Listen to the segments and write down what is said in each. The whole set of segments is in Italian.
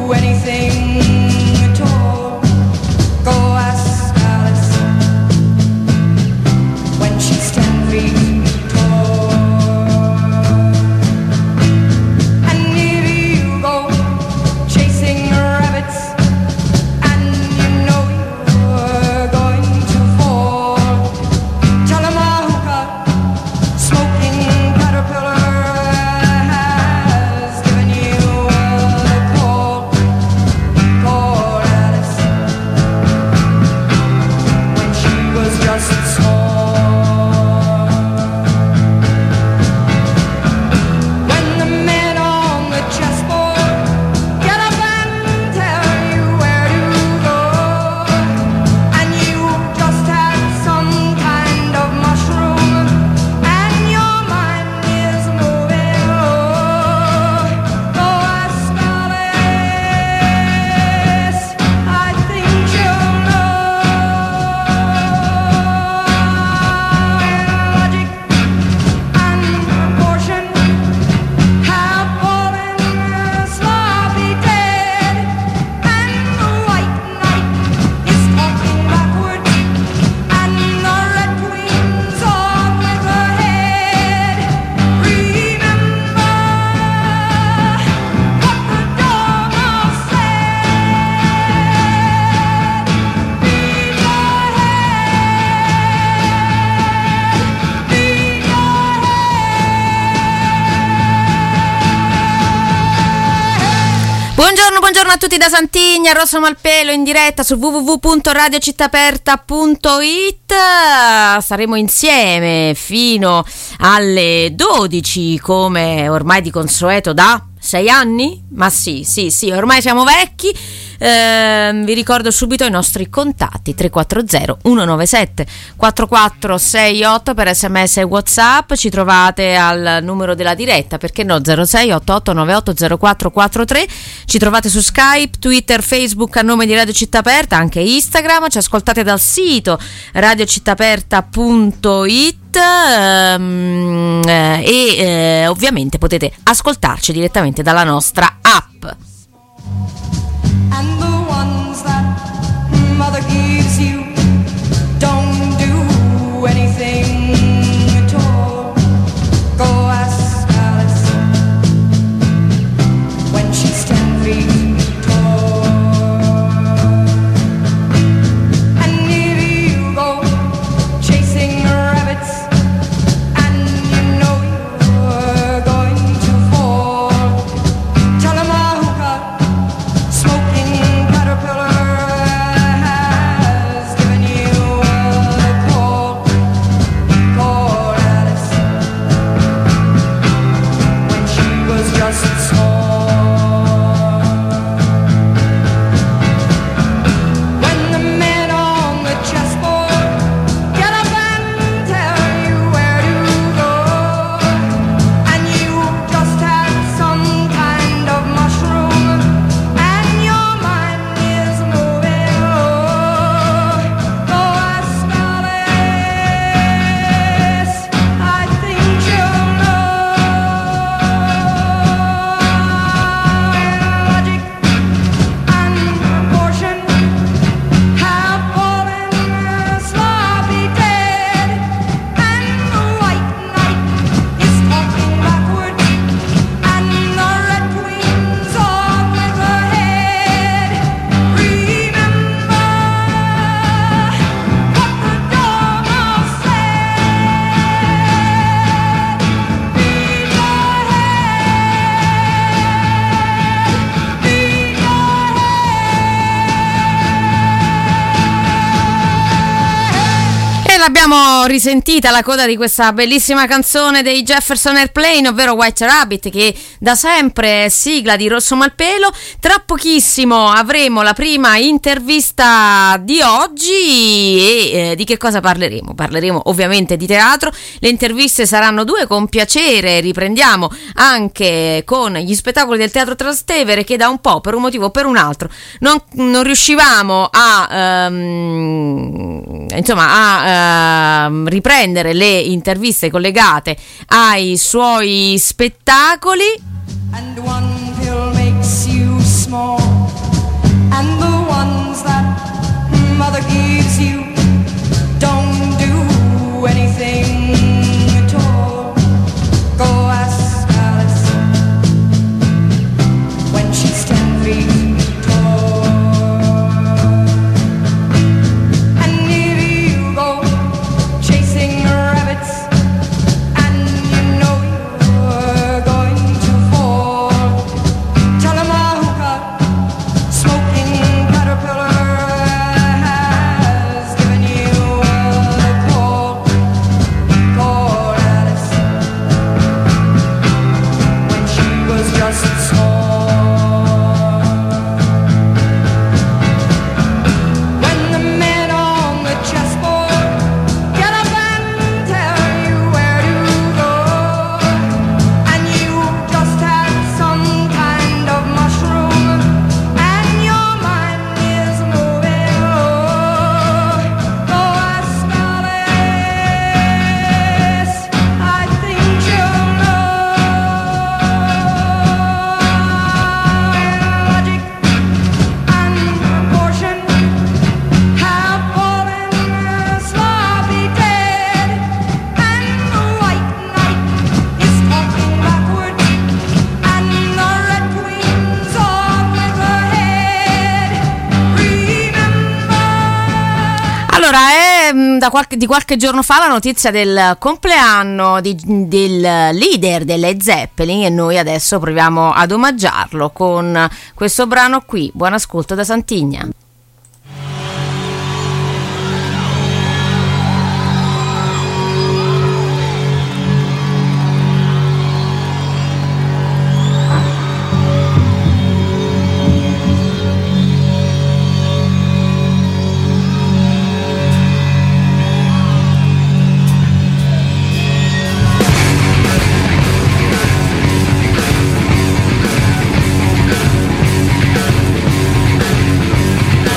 Buongiorno a tutti da Santigna, Rosso Malpelo in diretta su www.radiocittaperta.it. Saremo insieme fino alle 12 come ormai di consueto da 6 anni? Ma sì, ormai siamo vecchi. Vi ricordo subito i nostri contatti: 340 197 4468 per SMS e WhatsApp. Ci trovate al numero della diretta, perché no, 06 88 98 0443. Ci trovate su Skype, Twitter, Facebook a nome di Radio Città Aperta, anche Instagram. Ci ascoltate dal sito radiocittaperta.it e ovviamente potete ascoltarci direttamente dalla nostra app. And the ones that mother gives you don't do anything at all. Go ask Alice when she's 10 feet tall. And if you go chasing rabbits and you know you're going to fall, tell them all who got L'abbiamo risentita la coda di questa bellissima canzone dei Jefferson Airplane, ovvero White Rabbit, che da sempre è sigla di Rosso Malpelo. Tra pochissimo avremo la prima intervista di oggi e di che cosa parleremo? Parleremo ovviamente di teatro. Le interviste saranno 2, con piacere riprendiamo anche con gli spettacoli del Teatro Trastevere, che da un po', per un motivo o per un altro, non riuscivamo a riprendere le interviste collegate ai suoi spettacoli. And one pill makes you small. Allora, è di qualche giorno fa la notizia del compleanno del leader delle Zeppelin e noi adesso proviamo ad omaggiarlo con questo brano qui. Buon ascolto da Santigna. Tell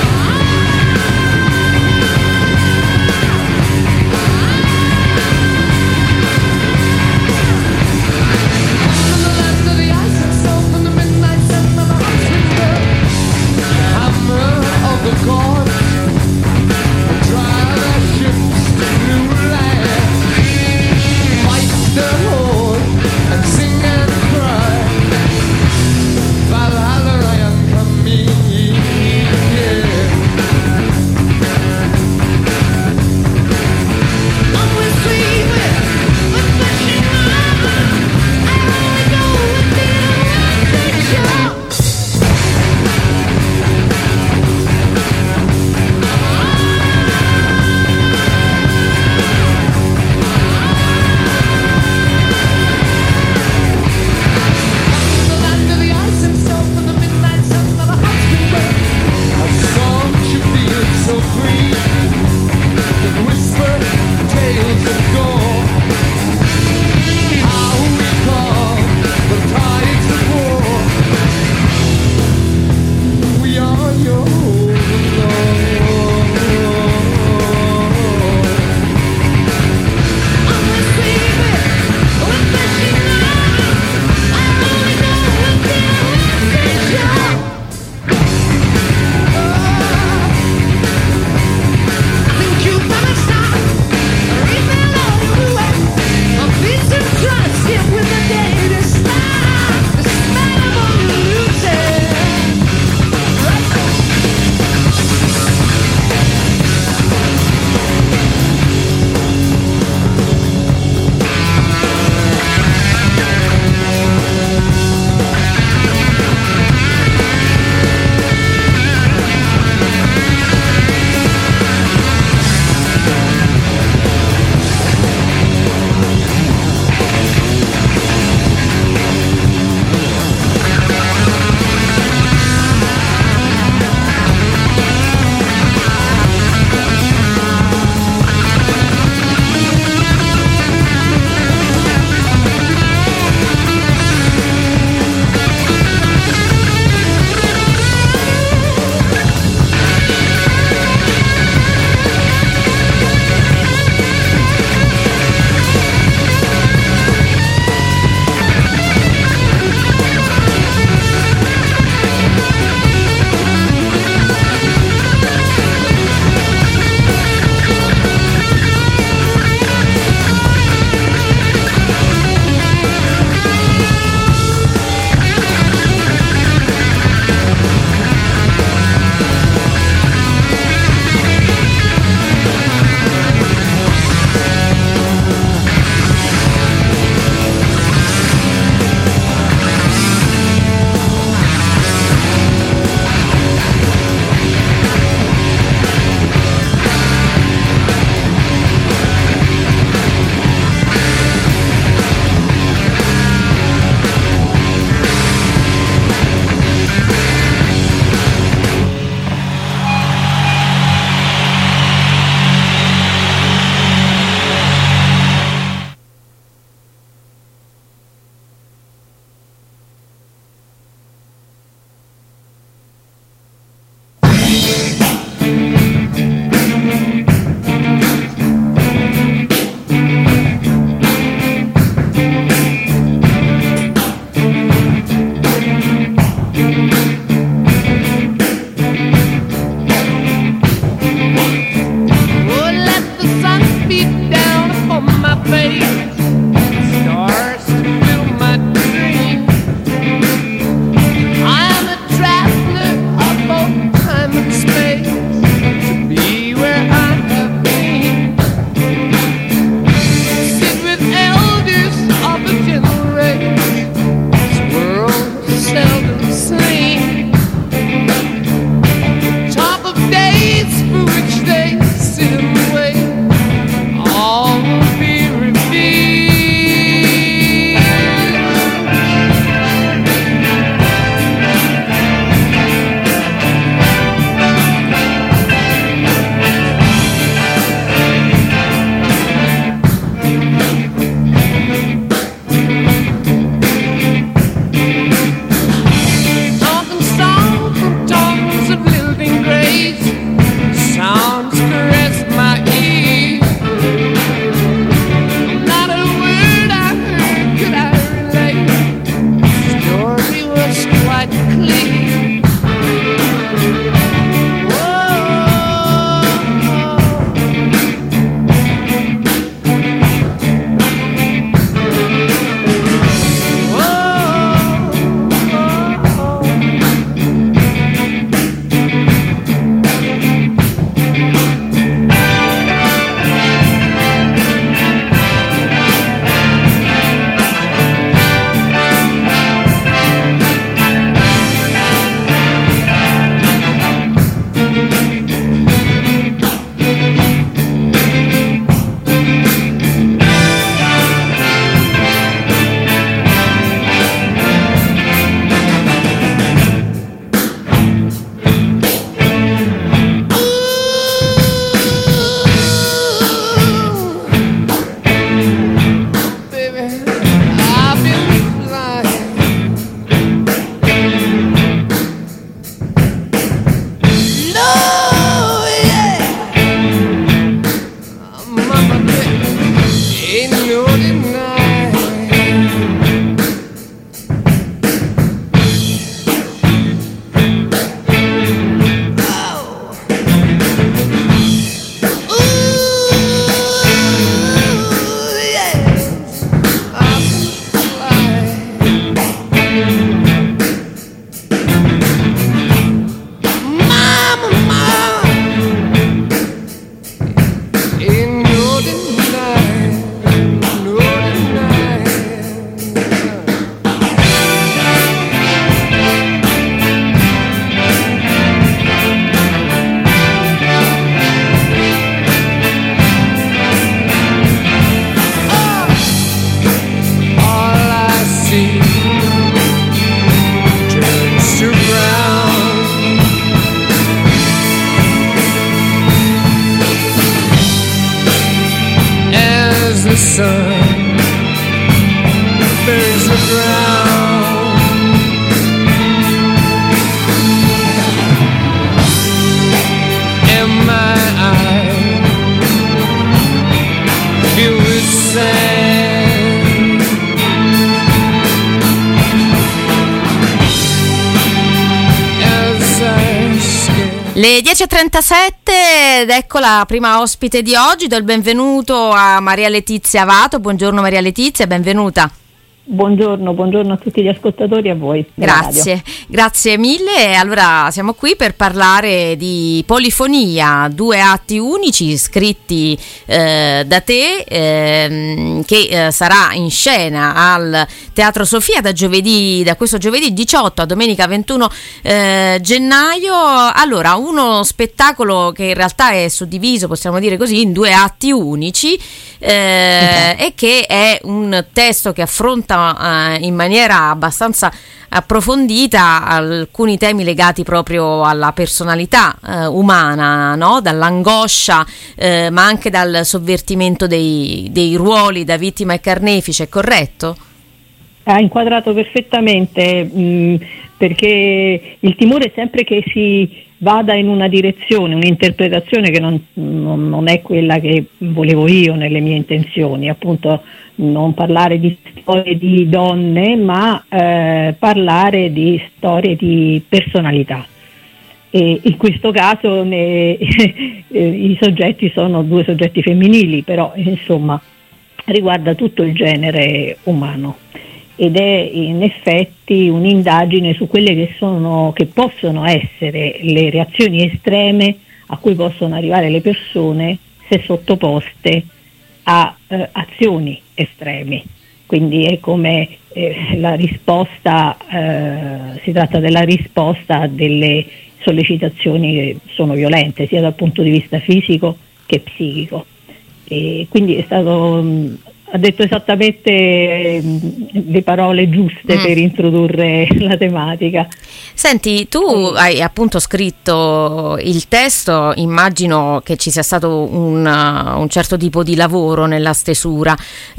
sun buries the ground. In my eye, filled with sand. As I scan. Le 10.37 ed ecco la prima ospite di oggi. Do il benvenuto a Maria Letizia Avato. Buongiorno Maria Letizia, benvenuta. Buongiorno a tutti gli ascoltatori e a voi. Grazie mille. Allora siamo qui per parlare di Polifonia, 2 atti unici scritti da te, che sarà in scena al Teatro Sofia da questo giovedì 18 a domenica 21 gennaio. Allora, uno spettacolo che in realtà è suddiviso, possiamo dire così, in 2 atti unici, e che è un testo che affronta in maniera abbastanza approfondita alcuni temi legati proprio alla personalità umana, no? Dall'angoscia, ma anche dal sovvertimento dei ruoli da vittima e carnefice, è corretto? Ha inquadrato perfettamente, perché il timore è sempre che si vada in una direzione, un'interpretazione che non è quella che volevo io nelle mie intenzioni, appunto non parlare di storie di donne, ma parlare di storie di personalità. E in questo caso i soggetti sono 2 soggetti femminili, però insomma riguarda tutto il genere umano. Ed è in effetti un'indagine su quelle che possono essere le reazioni estreme a cui possono arrivare le persone se sottoposte a azioni estreme. Quindi è come la risposta, si tratta della risposta a delle sollecitazioni che sono violente sia dal punto di vista fisico che psichico. E quindi è stato ha detto esattamente le parole giuste per introdurre la tematica. Senti, tu hai appunto scritto il testo, immagino che ci sia stato un certo tipo di lavoro nella stesura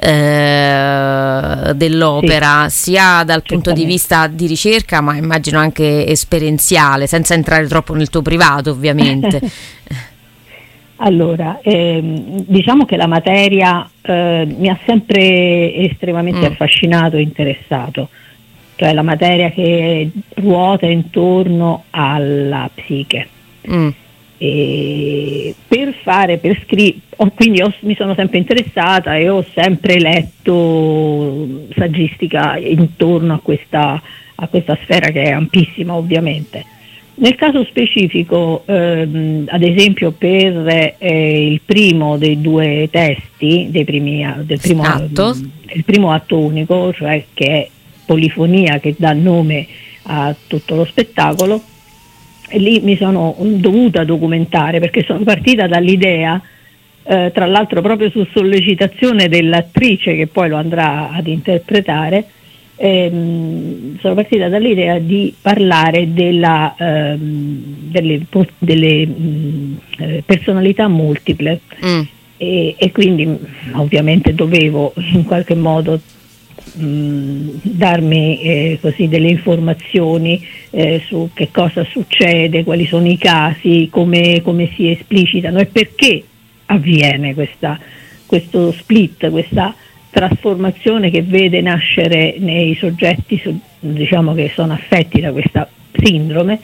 dell'opera, sia dal punto di vista di ricerca, ma immagino anche esperienziale, senza entrare troppo nel tuo privato, ovviamente. Allora, diciamo che la materia mi ha sempre estremamente affascinato e interessato, cioè la materia che ruota intorno alla psiche. E mi sono sempre interessata e ho sempre letto saggistica intorno a questa sfera che è ampissima, ovviamente. Nel caso specifico, ad esempio per il primo dei 2 testi, il primo atto unico, cioè che è Polifonia, che dà nome a tutto lo spettacolo, e lì mi sono dovuta documentare perché sono partita dall'idea, tra l'altro proprio su sollecitazione dell'attrice che poi lo andrà ad interpretare, sono partita dall'idea di parlare delle personalità multiple e quindi ovviamente dovevo in qualche modo darmi così delle informazioni su che cosa succede, quali sono i casi, come si esplicitano e perché avviene questo split, questa trasformazione che vede nascere nei soggetti diciamo che sono affetti da questa sindrome,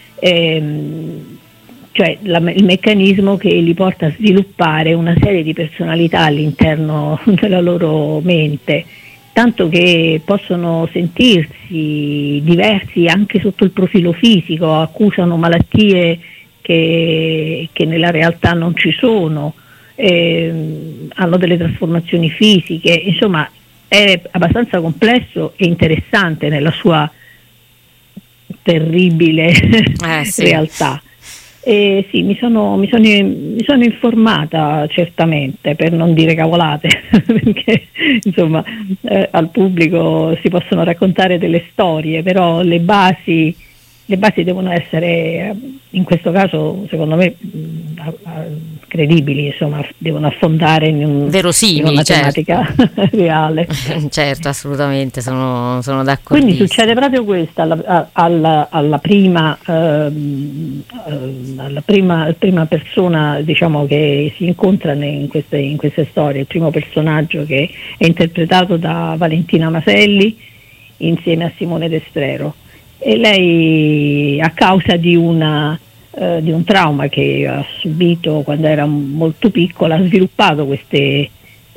cioè il meccanismo che li porta a sviluppare una serie di personalità all'interno della loro mente, tanto che possono sentirsi diversi anche sotto il profilo fisico, accusano malattie che nella realtà non ci sono, hanno delle trasformazioni fisiche, insomma è abbastanza complesso e interessante nella sua terribile realtà. Sì, mi sono informata certamente, per non dire cavolate, perché insomma al pubblico si possono raccontare delle storie, però le basi le basi devono essere, in questo caso secondo me credibili, insomma, devono affondare in verosimili, una certo. tematica reale. Certo, assolutamente, sono d'accordo. Quindi succede proprio questo alla prima persona, diciamo, che si incontrano in queste storie. Il primo personaggio, che è interpretato da Valentina Maselli insieme a Simone Destrero, e lei, a causa di un trauma che ha subito quando era molto piccola, ha sviluppato queste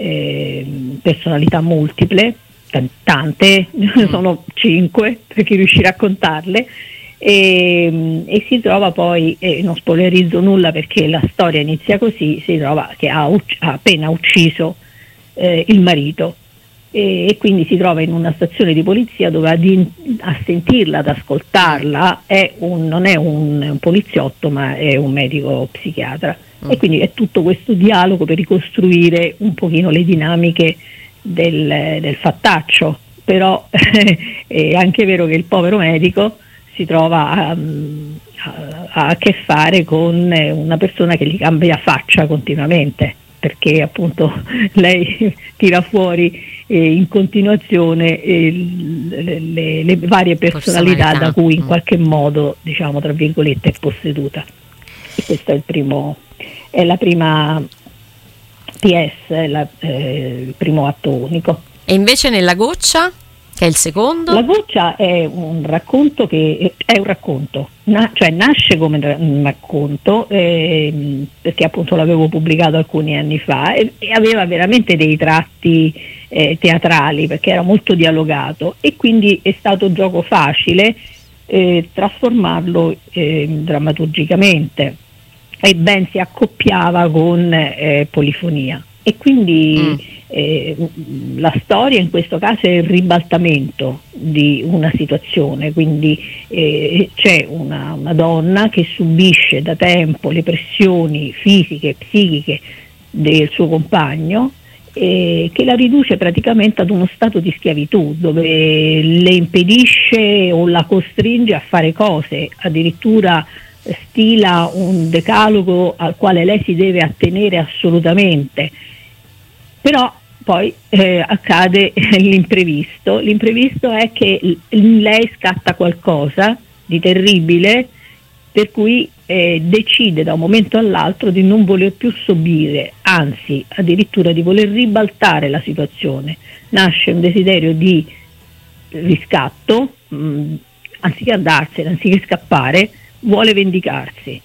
personalità multiple, tante, sono 5 per chi riuscirà a contarle, e si trova poi, non spoilerizzo nulla perché la storia inizia così, si trova che ha appena ucciso il marito, e quindi si trova in una stazione di polizia dove a sentirla, ad ascoltarla, non è un poliziotto, ma è un medico psichiatra. E quindi è tutto questo dialogo per ricostruire un pochino le dinamiche del fattaccio. Però è anche vero che il povero medico si trova a che fare con una persona che gli cambia faccia continuamente, perché appunto lei tira fuori in continuazione le varie personalità da cui in qualche modo, diciamo, tra virgolette, è posseduta. E questo è la prima PS, il primo atto unico. E invece nella goccia, che è il secondo? La goccia è un racconto cioè nasce come un racconto, perché appunto l'avevo pubblicato alcuni anni fa, e aveva veramente dei tratti teatrali, perché era molto dialogato, e quindi è stato gioco facile trasformarlo drammaturgicamente, e ben si accoppiava con polifonia. E quindi la storia in questo caso è il ribaltamento di una situazione, quindi c'è una donna che subisce da tempo le pressioni fisiche e psichiche del suo compagno, che la riduce praticamente ad uno stato di schiavitù, dove le impedisce o la costringe a fare cose, addirittura stila un decalogo al quale lei si deve attenere assolutamente. Però poi accade l'imprevisto è che lei scatta qualcosa di terribile, per cui decide da un momento all'altro di non voler più subire, anzi addirittura di voler ribaltare la situazione. Nasce un desiderio di riscatto, anziché andarsene, anziché scappare, vuole vendicarsi.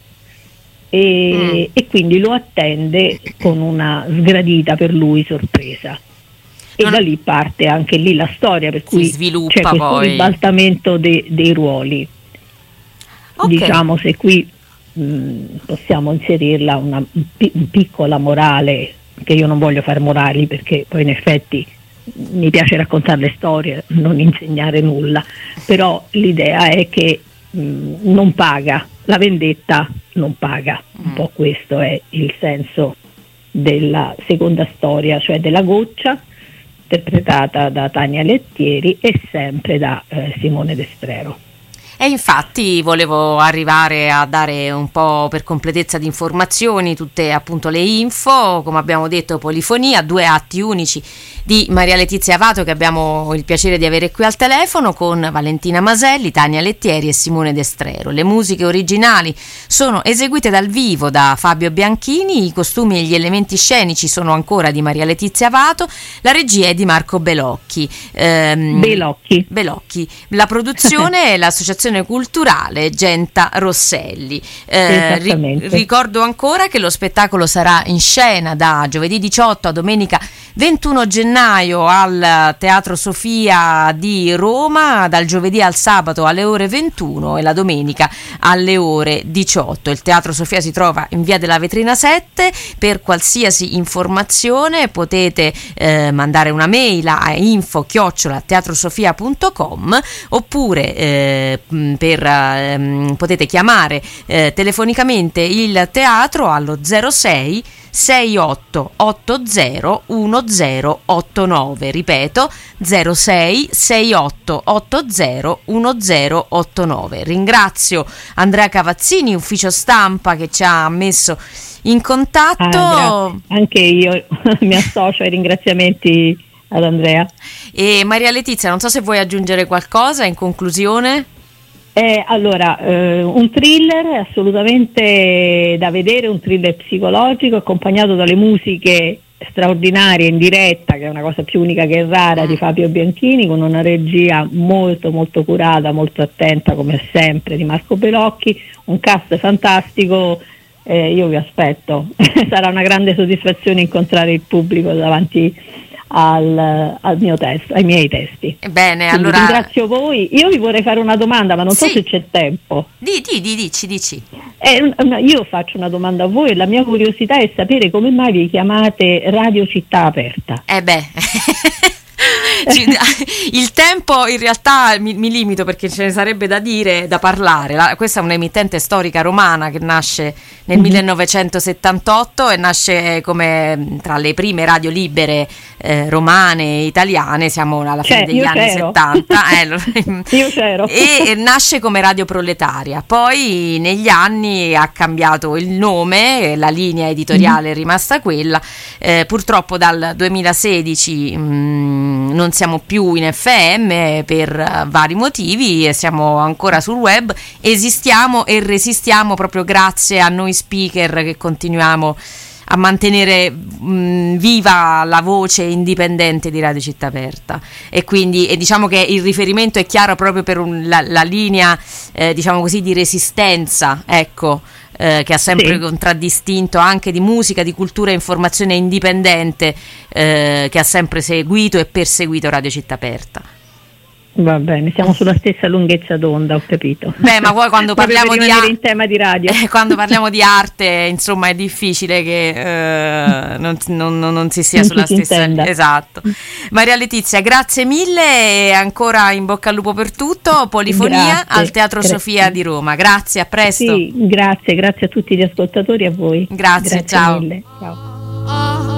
E quindi lo attende con una sgradita per lui sorpresa, e da lì parte anche lì la storia, per cui sviluppa c'è questo poi ribaltamento dei ruoli. Okay. Diciamo, se qui possiamo inserirla una piccola morale, che io non voglio fare morali perché poi in effetti mi piace raccontare le storie, non insegnare nulla, però l'idea è che non paga, la vendetta non paga, un po' questo è il senso della seconda storia, cioè della goccia, interpretata da Tania Lettieri e sempre da Simone Destrero. E infatti volevo arrivare a dare un po' per completezza di informazioni tutte appunto le info, come abbiamo detto, polifonia, 2 atti unici di Maria Letizia Avato, che abbiamo il piacere di avere qui al telefono, con Valentina Maselli, Tania Lettieri e Simone Destrero. Le musiche originali sono eseguite dal vivo da Fabio Bianchini, i costumi e gli elementi scenici sono ancora di Maria Letizia Avato, la regia è di Marco Belocchi. Belocchi. La produzione è l'associazione culturale Genta Rosselli. Ricordo ancora che lo spettacolo sarà in scena da giovedì 18 a domenica 21 gennaio al Teatro Sofia di Roma, dal giovedì al sabato alle ore 21 e la domenica alle ore 18. Il Teatro Sofia si trova in via della Vetrina 7. Per qualsiasi informazione potete mandare una mail a info@teatrosofia.com, oppure potete chiamare telefonicamente il teatro allo 06 6880 1089, ripeto 06 68 80 1089. Ringrazio Andrea Cavazzini, ufficio stampa, che ci ha messo in contatto. Grazie. Anche io mi associo ai ringraziamenti ad Andrea. E Maria Letizia, non so se vuoi aggiungere qualcosa in conclusione. Allora, un thriller assolutamente da vedere, un thriller psicologico accompagnato dalle musiche straordinarie in diretta, che è una cosa più unica che rara, di Fabio Bianchini, con una regia molto molto curata, molto attenta come sempre, di Marco Pelocchi, un cast fantastico. Io vi aspetto. Sarà una grande soddisfazione incontrare il pubblico davanti al mio testo, ai miei testi. Bene, Quindi allora ringrazio voi. Io vi vorrei fare una domanda, ma non so se c'è tempo. Dici. Io faccio una domanda a voi e la mia curiosità è sapere come mai vi chiamate Radio Città Aperta. Il tempo in realtà mi limito, perché ce ne sarebbe da dire, da parlare. Questa è un'emittente storica romana che nasce nel 1978 e nasce come tra le prime radio libere romane italiane. Siamo alla fine degli anni 70. Io c'ero. E nasce come radio proletaria. Poi negli anni ha cambiato il nome, la linea editoriale è rimasta quella. Purtroppo dal 2016 non siamo più in FM per vari motivi, e siamo ancora sul web. Esistiamo e resistiamo proprio grazie a noi speaker, che continuiamo a mantenere viva la voce indipendente di Radio Città Aperta, e quindi diciamo che il riferimento è chiaro proprio per la linea diciamo così di resistenza, ecco, che ha sempre contraddistinto, anche di musica, di cultura e informazione indipendente, che ha sempre seguito e perseguito Radio Città Aperta. Va bene, siamo sulla stessa lunghezza d'onda, ho capito. Beh, ma poi quando parliamo di in tema di radio, quando parliamo di arte, insomma, è difficile che non si sia non sulla si stessa. intenda. Esatto. Maria Letizia, grazie mille e ancora in bocca al lupo per tutto. Polifonia Grazie, al Teatro grazie. Sofia di Roma. Grazie, a presto. Sì, grazie a tutti gli ascoltatori e a voi. Grazie, ciao. Mille. Ciao.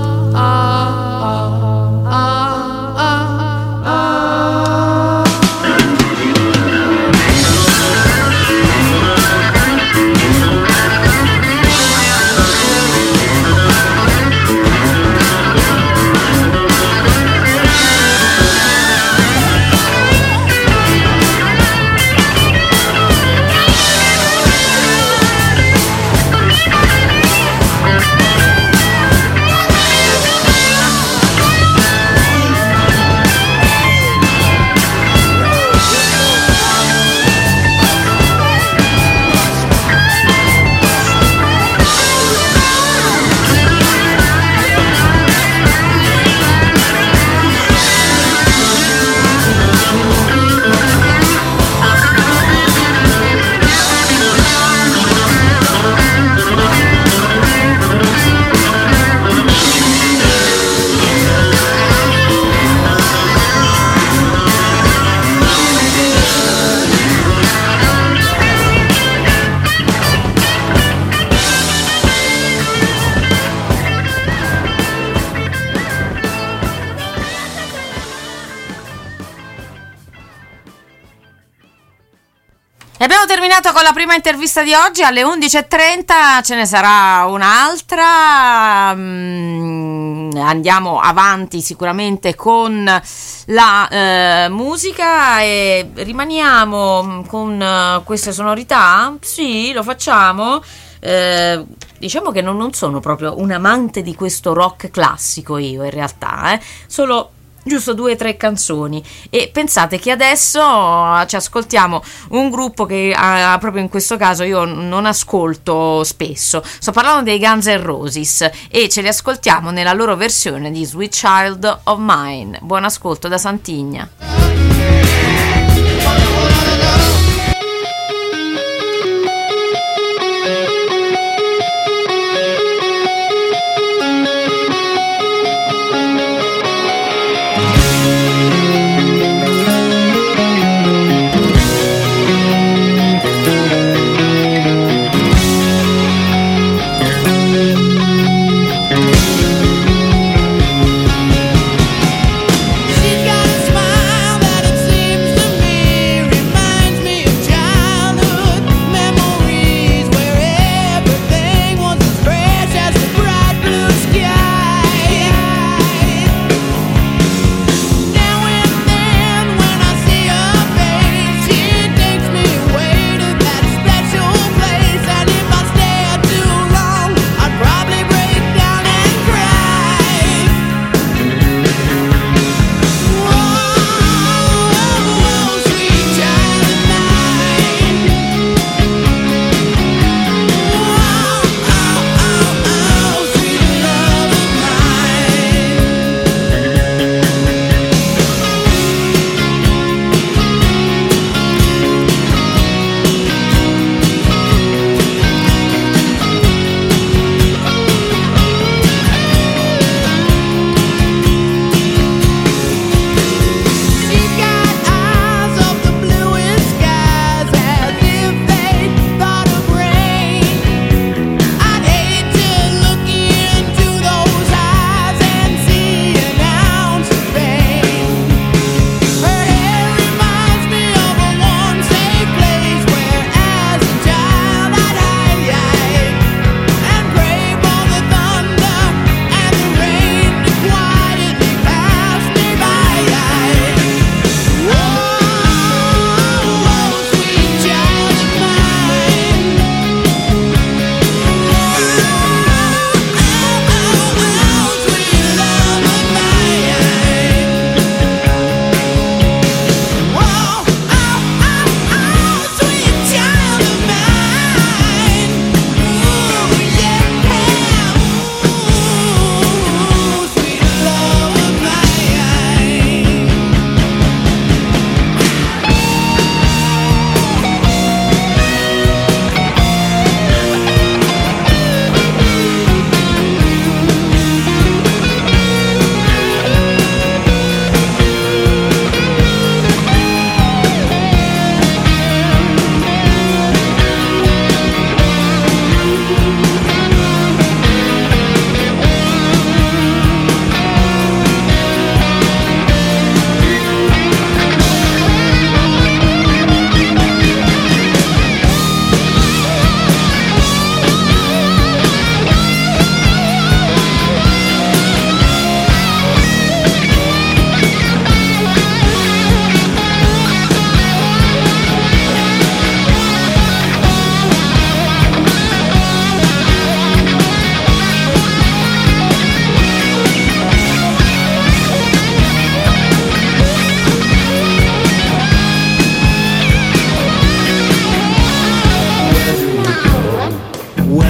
Abbiamo terminato con la prima intervista di oggi. Alle 11:30 ce ne sarà un'altra. Andiamo avanti sicuramente con la musica e rimaniamo con queste sonorità. Sì, lo facciamo. Diciamo che non sono proprio un amante di questo rock classico io, in realtà, solo giusto 2 o 3 canzoni, e pensate che adesso ci ascoltiamo un gruppo che proprio in questo caso io non ascolto spesso. Sto parlando dei Guns N' Roses e ce li ascoltiamo nella loro versione di Sweet Child of Mine. Buon ascolto da Santigna.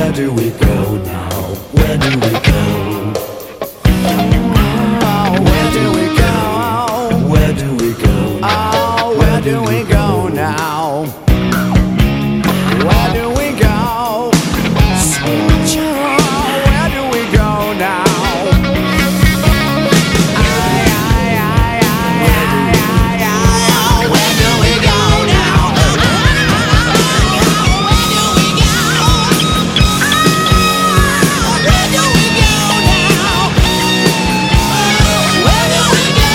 Where do we go now? Where do we go? Where do we go? Where do we go? Oh, where do we go now? Where do we go? Sweet child, where do we go now? Where do we go now? Where do we go now? Where do we go?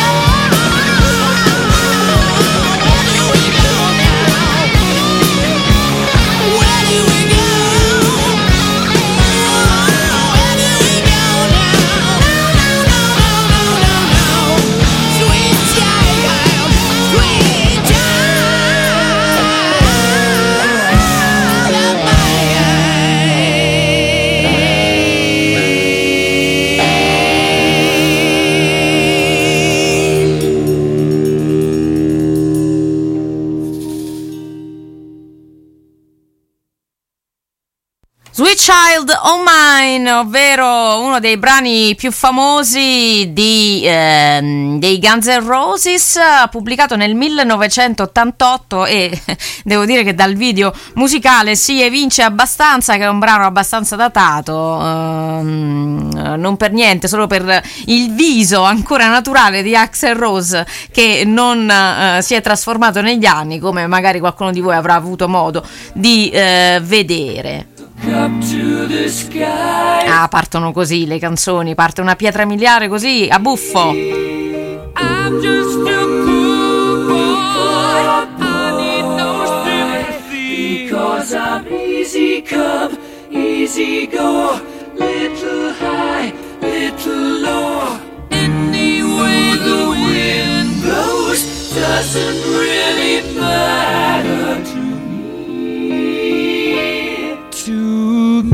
Sweet Child O' Mine, ovvero uno dei brani più famosi dei Guns N' Roses, pubblicato nel 1988, e devo dire che dal video musicale si evince abbastanza che è un brano abbastanza datato, non per niente, solo per il viso ancora naturale di Axl Rose, che non si è trasformato negli anni, come magari qualcuno di voi avrà avuto modo di vedere. Ah, partono così le canzoni, parte una pietra miliare così a buffo. I'm just a poor boy. I need no sympathy, because I'm easy come, easy go, little high, little low. Any way the wind blows doesn't really matter to me. To me.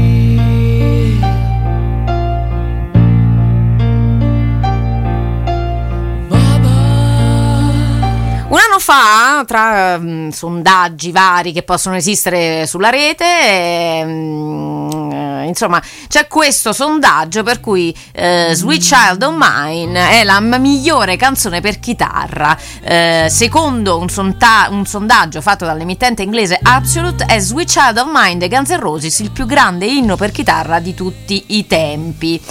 Un anno fa, tra sondaggi vari che possono esistere sulla rete, insomma, c'è questo sondaggio per cui Sweet Child O' Mine è la migliore canzone per chitarra. Secondo un sondaggio fatto dall'emittente inglese Absolute, è Sweet Child O' Mine dei Guns N' Roses il più grande inno per chitarra di tutti i tempi.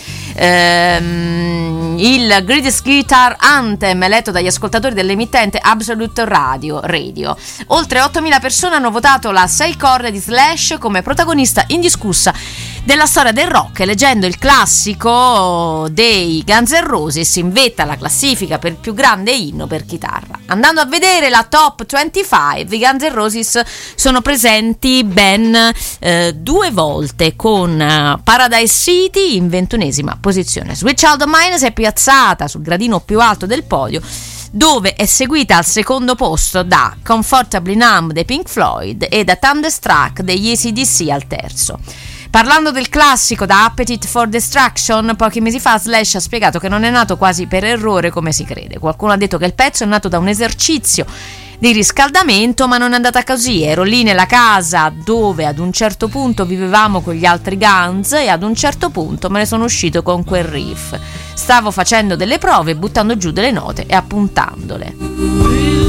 Il Greatest Guitar Anthem eletto dagli ascoltatori dell'emittente Absolute Radio. Oltre 8.000 persone hanno votato la 6 corde di Slash come protagonista indiscussa della storia del rock, eleggendo il classico dei Guns N' Roses in vetta alla classifica per il più grande inno per chitarra. Andando a vedere la top 25, i Guns N' Roses sono presenti ben 2 volte, con Paradise City in 21esima posizione. Sweet Child O' Mine si è piazzata sul gradino più alto del podio, dove è seguita al secondo posto da Comfortably Numb dei Pink Floyd e da Thunderstruck degli AC/DC al terzo. Parlando del classico da Appetite for Destruction, pochi mesi fa Slash ha spiegato che non è nato quasi per errore come si crede. Qualcuno ha detto che il pezzo è nato da un esercizio di riscaldamento, ma non è andata così. Ero lì nella casa dove ad un certo punto vivevamo con gli altri Guns e ad un certo punto me ne sono uscito con quel riff. Stavo facendo delle prove, buttando giù delle note e appuntandole.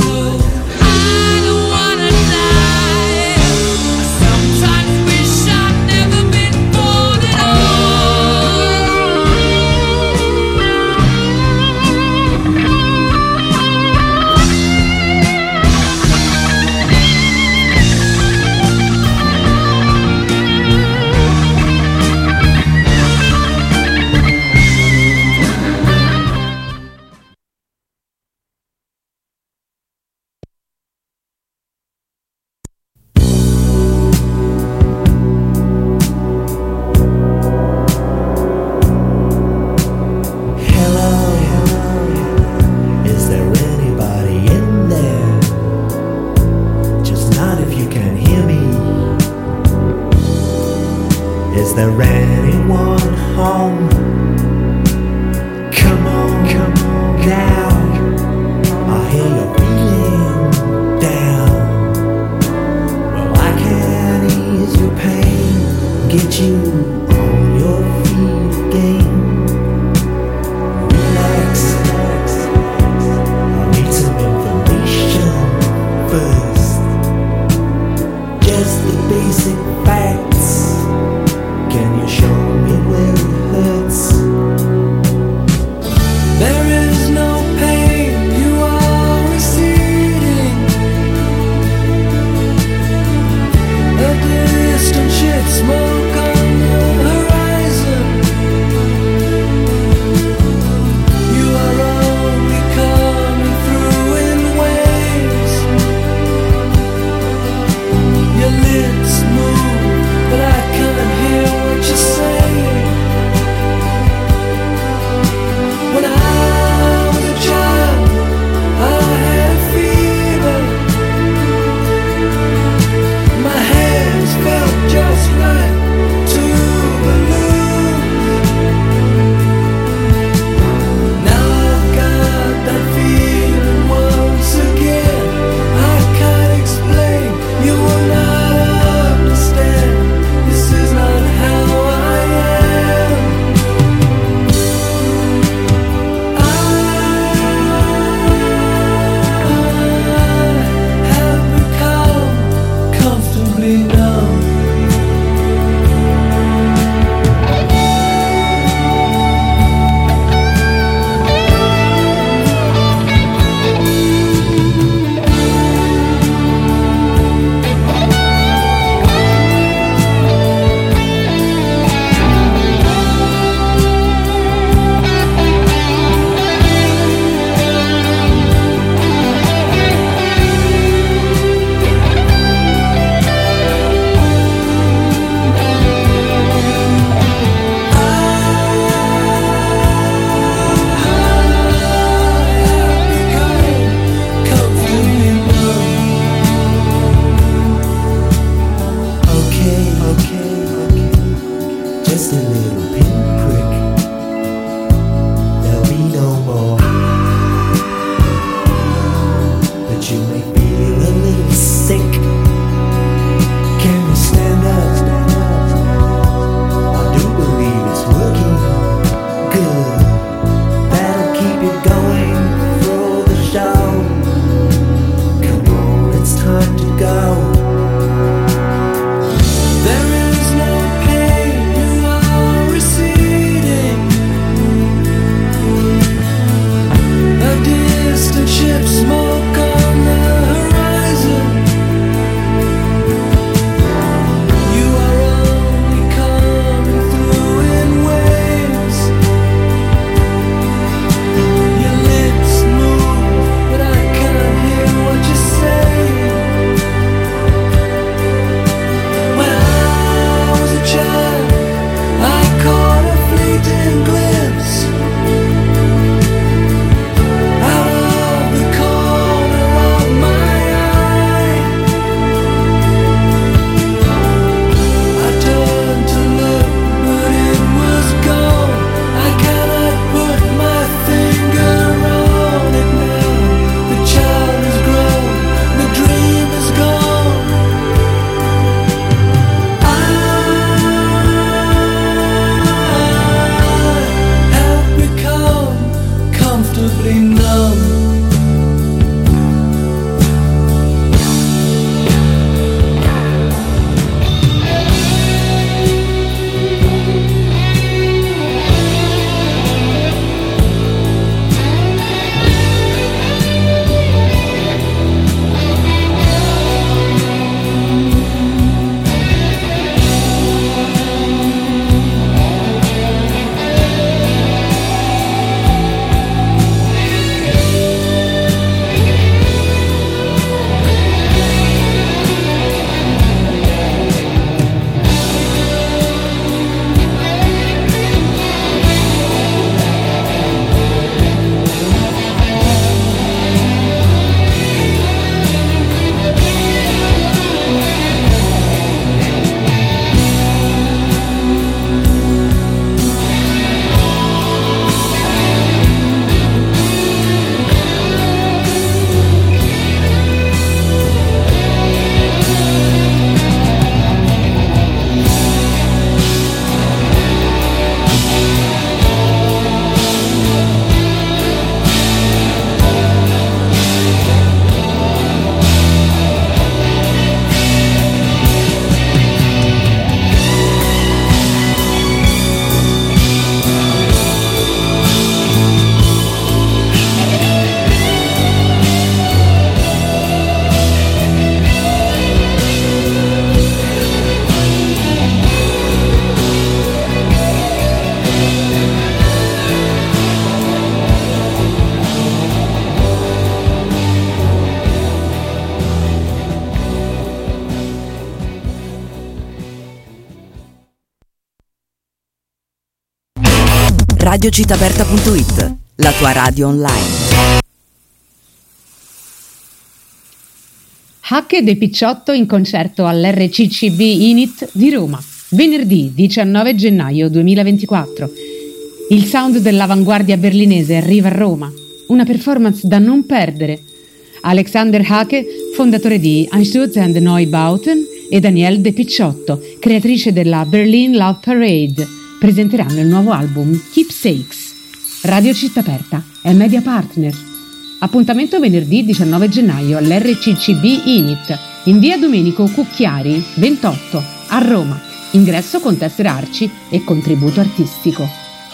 Is there anyone home? Come on down. I hear you're feeling down. Well, I can ease your pain. get you on your feet again. Relax, I need some information first. Just the basic facts. Can you show me where it hurts? There is no pain, you are receding. A distant ship, smoke on the horizon. You are only coming through in waves. Your lips move, but I can't hear what you're saying. When I was a child, I had a fever. My hands felt just like two balloons. Now I've got that feeling once again. I can't explain, you will not understand. This is not how I am. I have become comfortably numb. Okay, just a little pinprick. There'll be no more. But you may feel a little sick. Can you stand up? I do believe it's working good. That'll keep you going through the show. Come on, it's time to go. There is radiocittaaperta.it, la tua radio online. Hack e De Picciotto in concerto all'RCCB Init di Roma, venerdì 19 gennaio 2024. Il sound dell'avanguardia berlinese arriva a Roma, una performance da non perdere. Alexander Hake, fondatore di Einsturz and Neubauten, e Danielle De Picciotto, creatrice della Berlin Love Parade, presenteranno il nuovo album Keepsakes. Radio Città Aperta è media partner. Appuntamento venerdì 19 gennaio all'RCCB Init, in via Domenico Cucchiari, 28, a Roma. Ingresso con tessera ARCI e contributo artistico.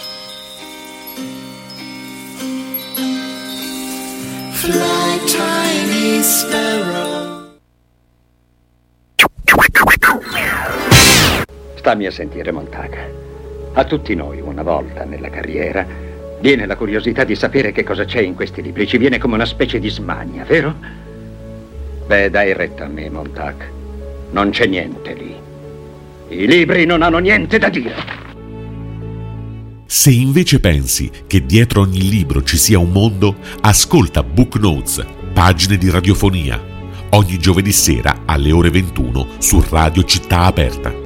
Fly, tiny sparrow. Stammi a sentire, Montag. A tutti noi, una volta nella carriera, viene la curiosità di sapere che cosa c'è in questi libri. Ci viene come una specie di smania, vero? Beh, dai retta a me, Montag. Non c'è niente lì. I libri non hanno niente da dire. Se invece pensi che dietro ogni libro ci sia un mondo, ascolta Book Notes, pagine di radiofonia, ogni giovedì sera alle ore 21 su Radio Città Aperta.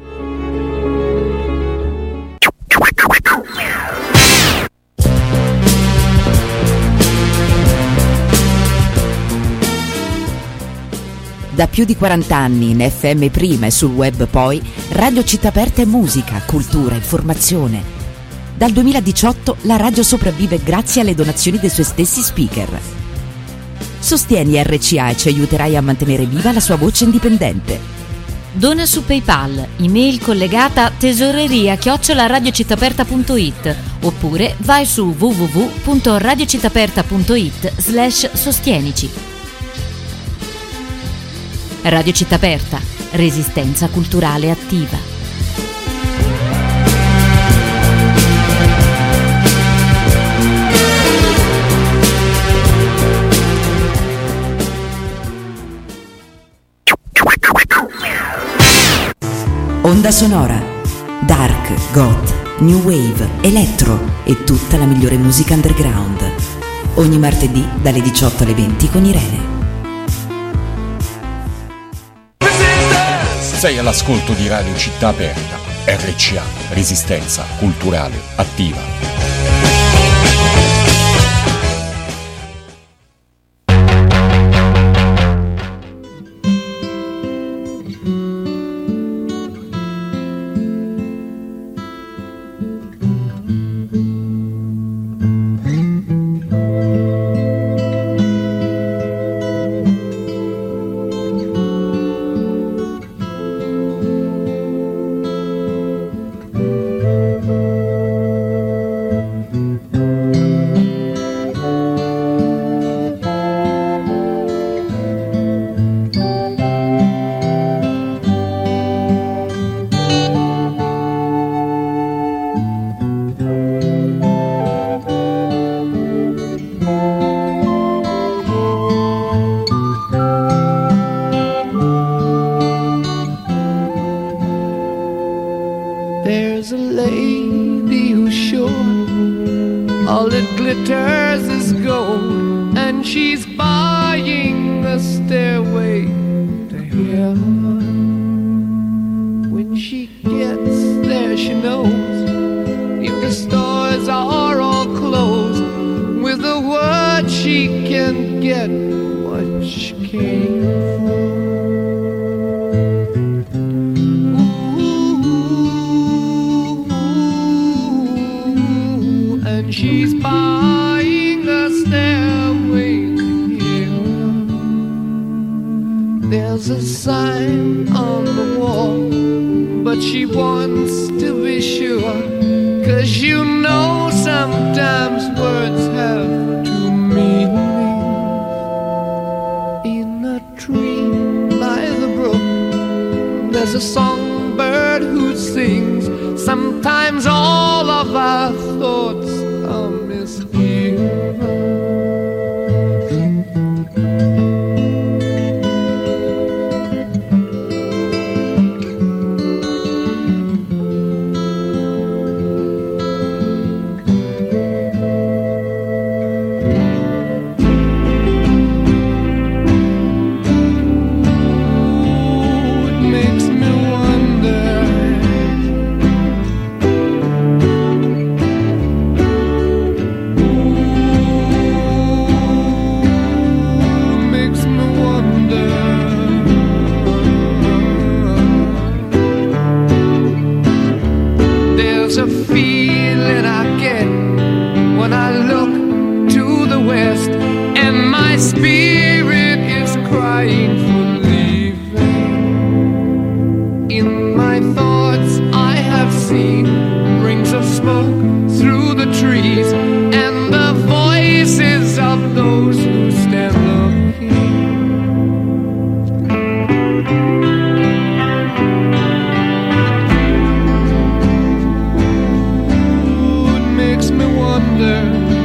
Da più di 40 anni in FM prima e sul web poi, Radio Città Aperta è musica, cultura, informazione. Dal 2018 la radio sopravvive grazie alle donazioni dei suoi stessi speaker. Sostieni RCA e ci aiuterai a mantenere viva la sua voce indipendente. Dona su PayPal, email collegata tesoreria@radiocittaperta.it oppure vai su www.radiocittaperta.it/sostienici. Radio Città Aperta, resistenza culturale attiva. Onda sonora, dark, goth, new wave, electro e tutta la migliore musica underground. Ogni martedì dalle 18 alle 20 con Irene. Sei all'ascolto di Radio Città Aperta, RCA, resistenza culturale attiva. There's a lady who's sure all that glitters is gold, and she's buying a stairway to heaven. When she gets there, she knows if the stores are all closed, with a word she can get what she came for. She's buying a stairway to heaven. There's a sign on the wall, but she wants to be sure, 'cause you know sometimes words have two meanings. In a tree by the brook, there's a songbird who sings. Sometimes all of our thoughts are misgiven. It's a feeling I get when I look to the west, and my spirit is crying for leaving. In my thoughts I have seen rings of smoke through the trees, and the voices of those who stand looking. Ooh, it makes me wonder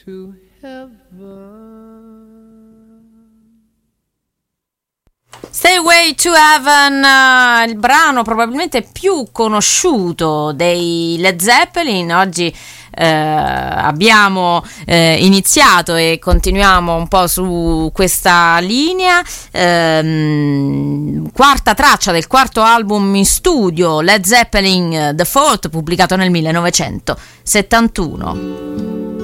to heaven. Stairway to Heaven, il brano probabilmente più conosciuto dei Led Zeppelin. Oggi abbiamo iniziato e continuiamo un po' su questa linea. Quarta traccia del quarto album in studio, Led Zeppelin The Fault, pubblicato nel 1971.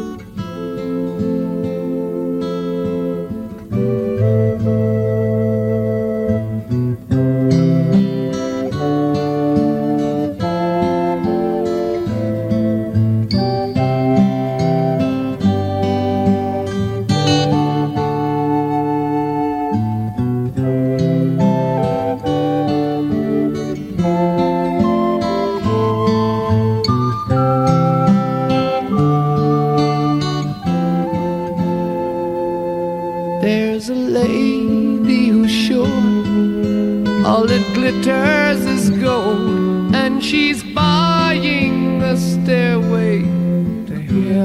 All that glitters is gold, and she's buying a stairway to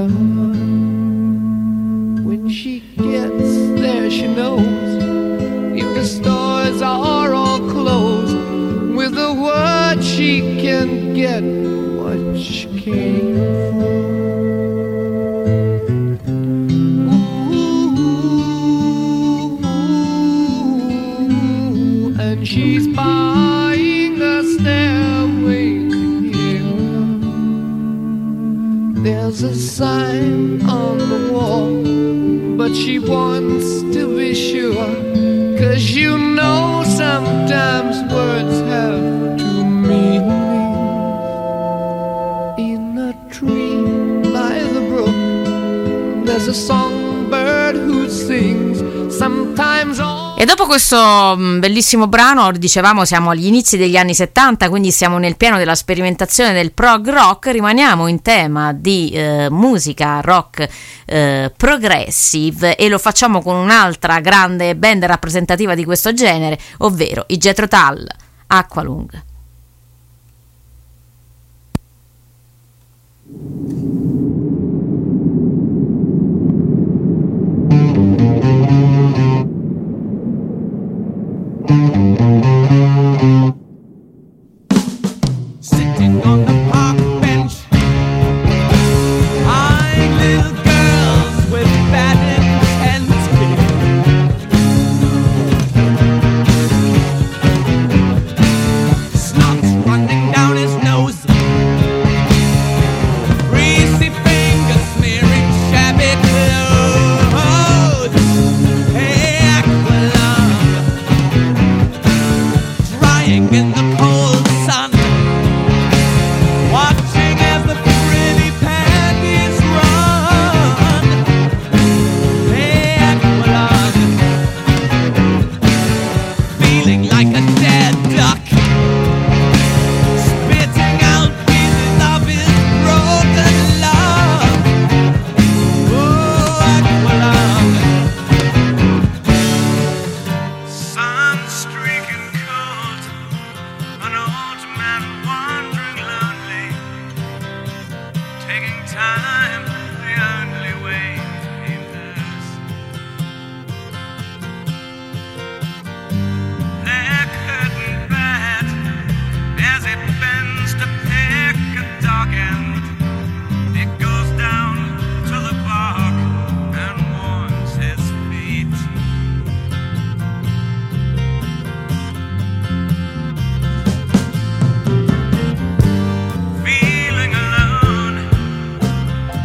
heaven. When she gets there, she knows if the stores are all closed, with a word she can get what she came for. She's buying a stairway to heaven. There's a sign on the wall, but she wants to be sure, 'cause you know sometimes words have two meanings. In a tree by the brook, there's a songbird who sings sometimes all. E dopo questo bellissimo brano, dicevamo, siamo agli inizi degli anni 70, quindi siamo nel pieno della sperimentazione del prog rock. Rimaniamo in tema di musica rock progressive, e lo facciamo con un'altra grande band rappresentativa di questo genere, ovvero i Jethro Tull, Aqualung. Sitting on the park bench, eyeing little girls with bad intent. Snot's running down his nose, greasy fingers smearing shabby clothes. Hey, Aqualung, drying in the cold sun, watching as the pretty panties run. Hey, Aqualung, feeling like a dead duck, spitting out pieces of his broken love. Oh, Aqualung, sun streaking cold, an old man wandering lonely, taking time the only way he knows. Their curtain bed as it bends to pick a dog end, it goes down to the bark and warms his feet. Feeling alone,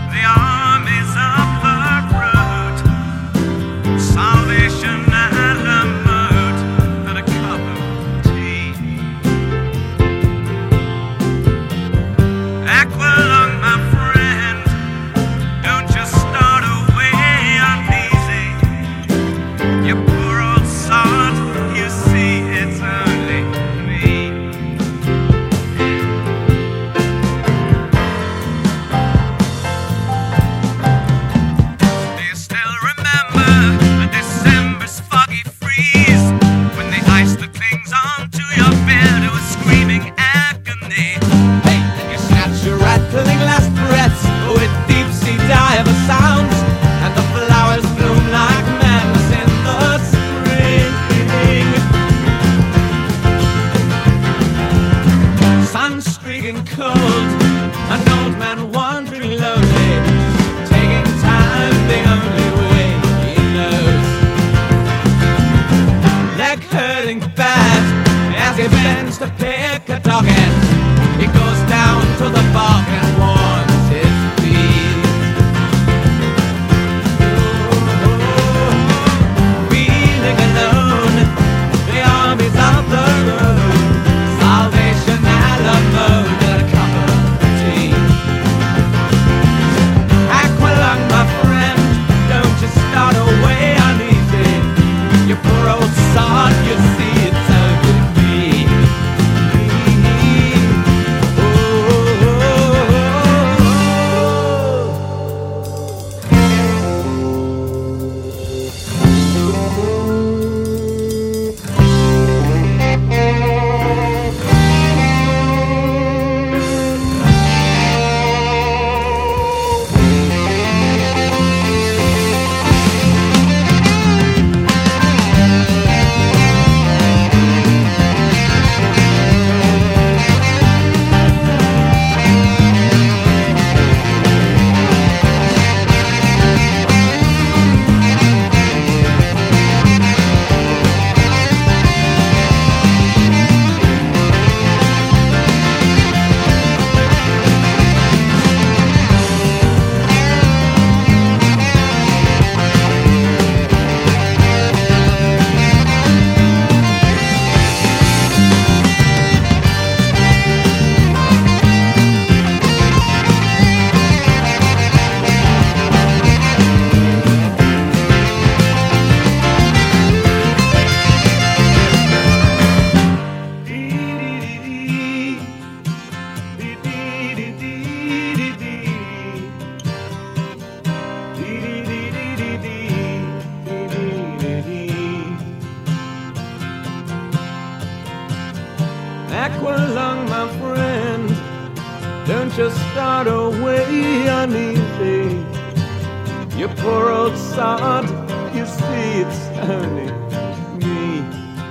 not away uneasy. You poor old sod, you see it's only me.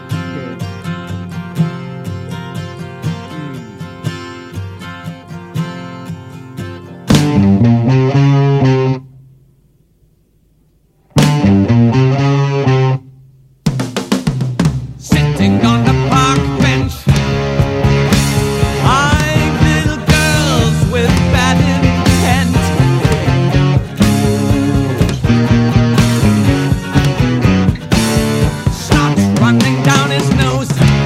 Sitting on the park bench, eyeing little girls with bad intent. Starts running down his nose,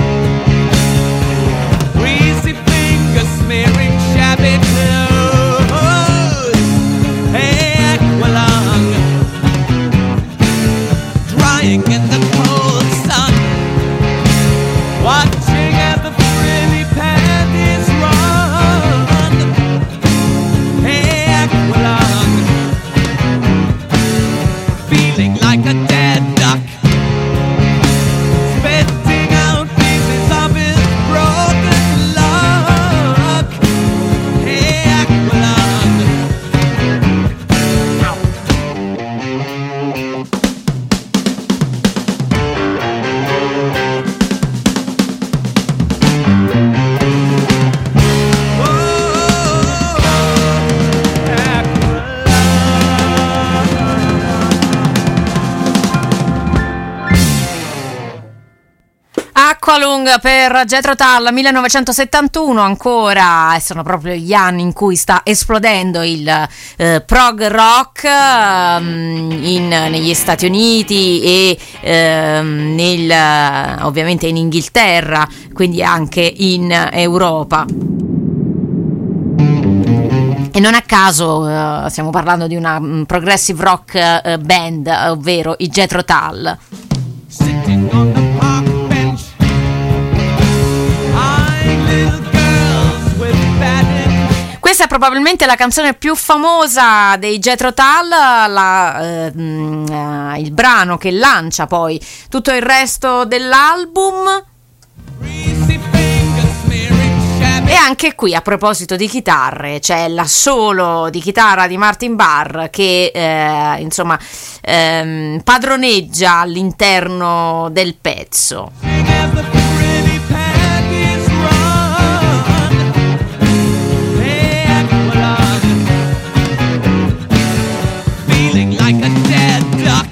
greasy fingers smearing shabby clothes. Hey, Aqualung, drying in the cold sun, watching as the frilly panties run. Hey, Aqualung, feeling like a dead duck, spitting out pieces of his broken luck. Hey, Aqualung. Aqualung per Jethro Tull, 1971 ancora, e sono proprio gli anni in cui sta esplodendo il prog rock negli Stati Uniti e ovviamente in Inghilterra, quindi anche in Europa. E non a caso stiamo parlando di una progressive rock band, ovvero i Jethro Tull. Sitting on the park bench, eyeing little girls with bad intent. Questa è probabilmente la canzone più famosa dei Jethro Tull, il brano che lancia poi tutto il resto dell'album. Greasy fingers smearing shabby. E anche qui, a proposito di chitarre, c'è l'assolo di chitarra di Martin Barre che padroneggia all'interno del pezzo. As the frilly panties run. Hey, Aqualung, feeling like a dead duck,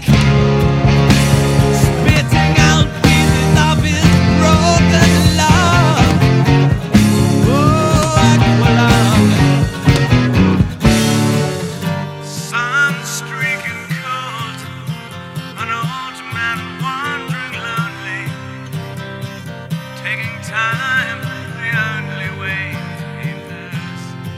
spitting out pieces of his broken love. Oh, Aqualung, sun streaking cold, an old man wandering lonely, taking time the only way he knows.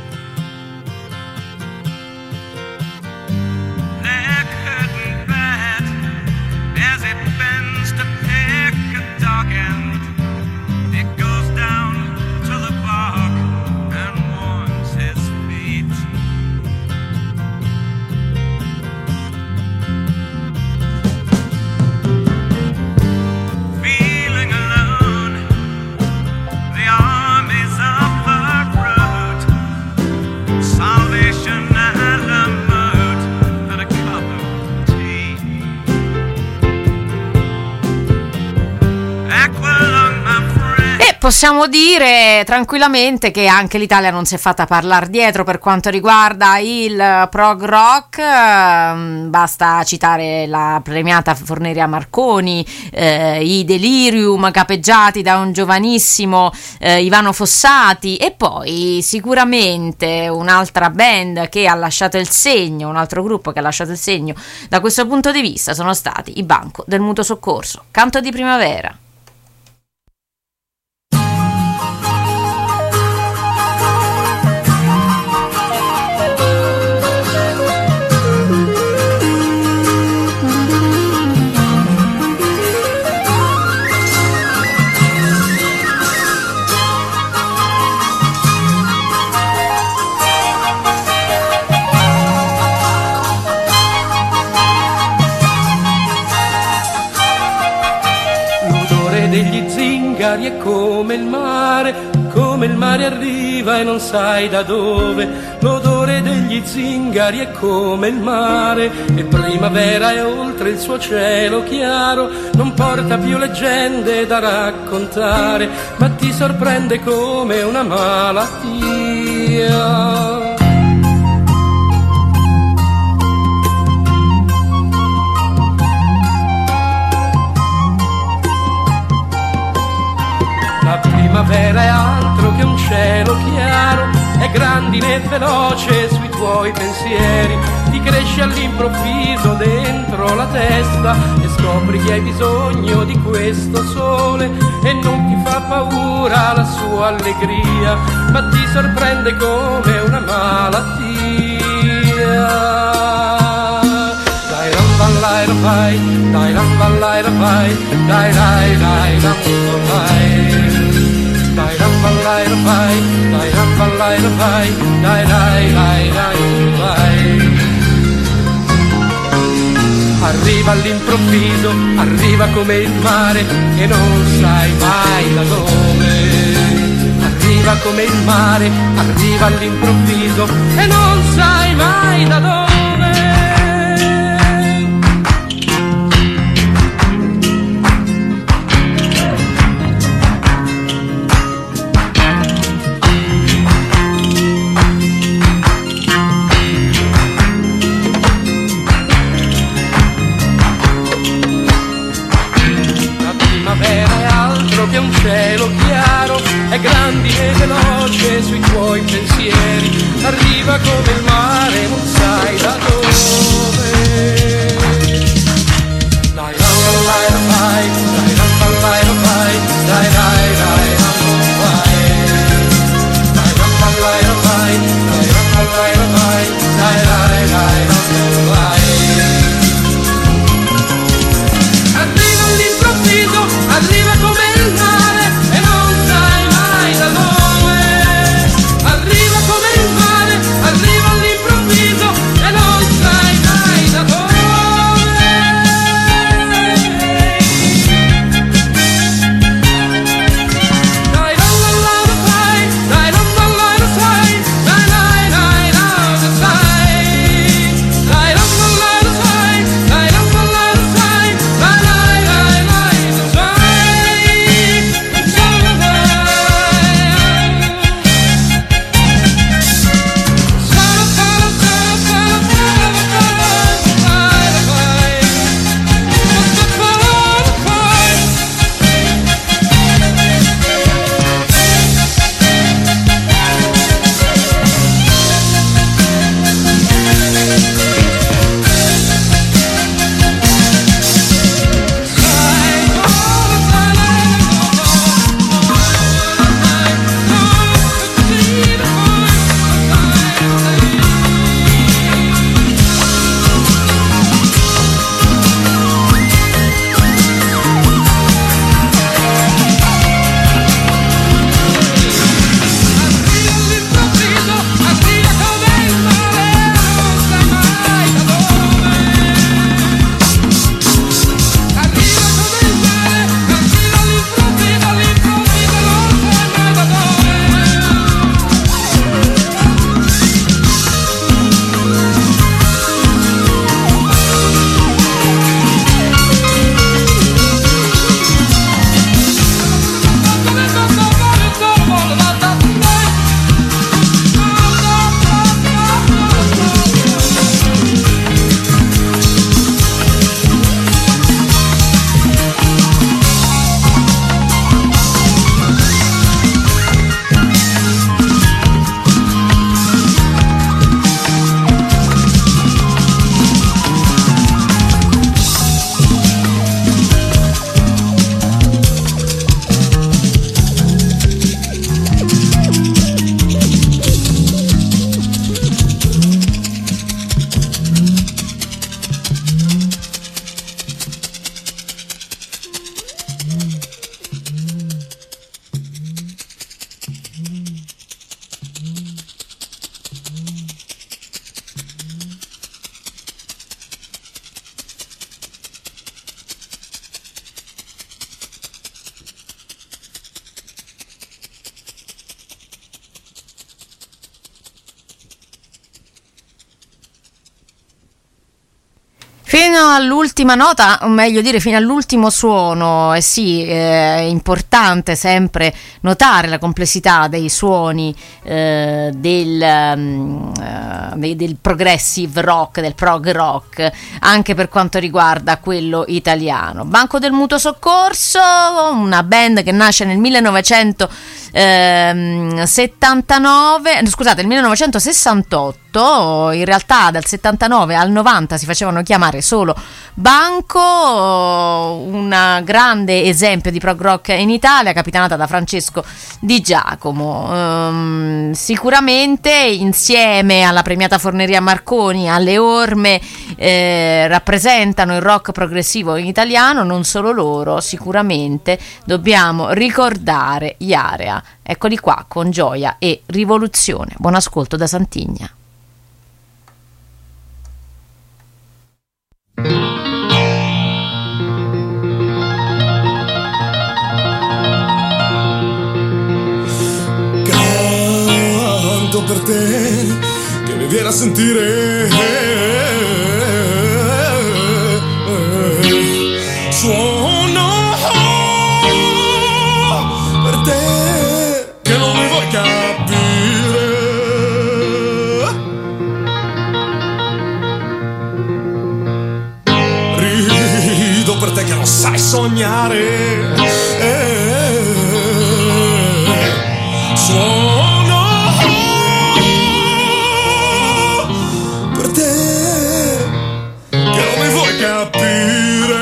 Their curtain bed as it bends to pick a dog end, it goes down to the bog and warms his feet. Feeling alone, the armies of the road, salvation at a mode and a cup of tea. Aqualung, my friend. E possiamo dire tranquillamente che anche l'Italia non si è fatta parlare dietro per quanto riguarda il prog rock. Basta citare la premiata Forneria Marconi, i Delirium capeggiati da un giovanissimo Ivano Fossati, e poi sicuramente un'altra band che ha lasciato il segno, un altro gruppo che ha lasciato il segno da questo punto di vista sono stati i Banco del Mutuo Soccorso. Canto di primavera. L'odore degli zingari è come il mare, come come il mare arriva e non sai da dove, l'odore degli zingari è come il mare, e primavera è oltre il suo cielo chiaro, non porta più leggende da raccontare, ma ti sorprende come una malattia. La primavera è altro che un cielo chiaro, è grandine e veloce sui tuoi pensieri, ti cresce all'improvviso dentro la testa e scopri che hai bisogno di questo sole e non ti fa paura la sua allegria, ma ti sorprende come una malattia. Dai ram ballai rapai, dai ram ballai rapai, dai dai dai ram ballai. Dai ram ballai rapai, dai ram ballai rapai, dai dai dai dai dai. Arriva all'improvviso, arriva come il mare e non sai mai da dove. Arriva come il mare, arriva all'improvviso e non sai mai da dove. Che un cielo chiaro è grandine e veloce sui tuoi pensieri, arriva come il mare, non sai da Fino all'ultima nota, o meglio dire fino all'ultimo suono, sì, è importante sempre notare la complessità dei suoni del progressive rock, del prog rock, anche per quanto riguarda quello italiano. Banco del Mutuo Soccorso, una band che nasce nel 1968, in realtà dal 79 al 90 si facevano chiamare solo Banco, un grande esempio di prog rock in Italia, capitanata da Francesco Di Giacomo. Sicuramente insieme alla premiata Forneria Marconi, alle Orme, rappresentano il rock progressivo in italiano. Non solo loro, sicuramente dobbiamo ricordare gli Area. Eccoli qua con Gioia e Rivoluzione. Buon ascolto da Santigna. Canto per te che mi viene a sentire, suono per te che non mi vuoi capire, rido per te che non sai sognare, suono per te che non mi vuoi capire.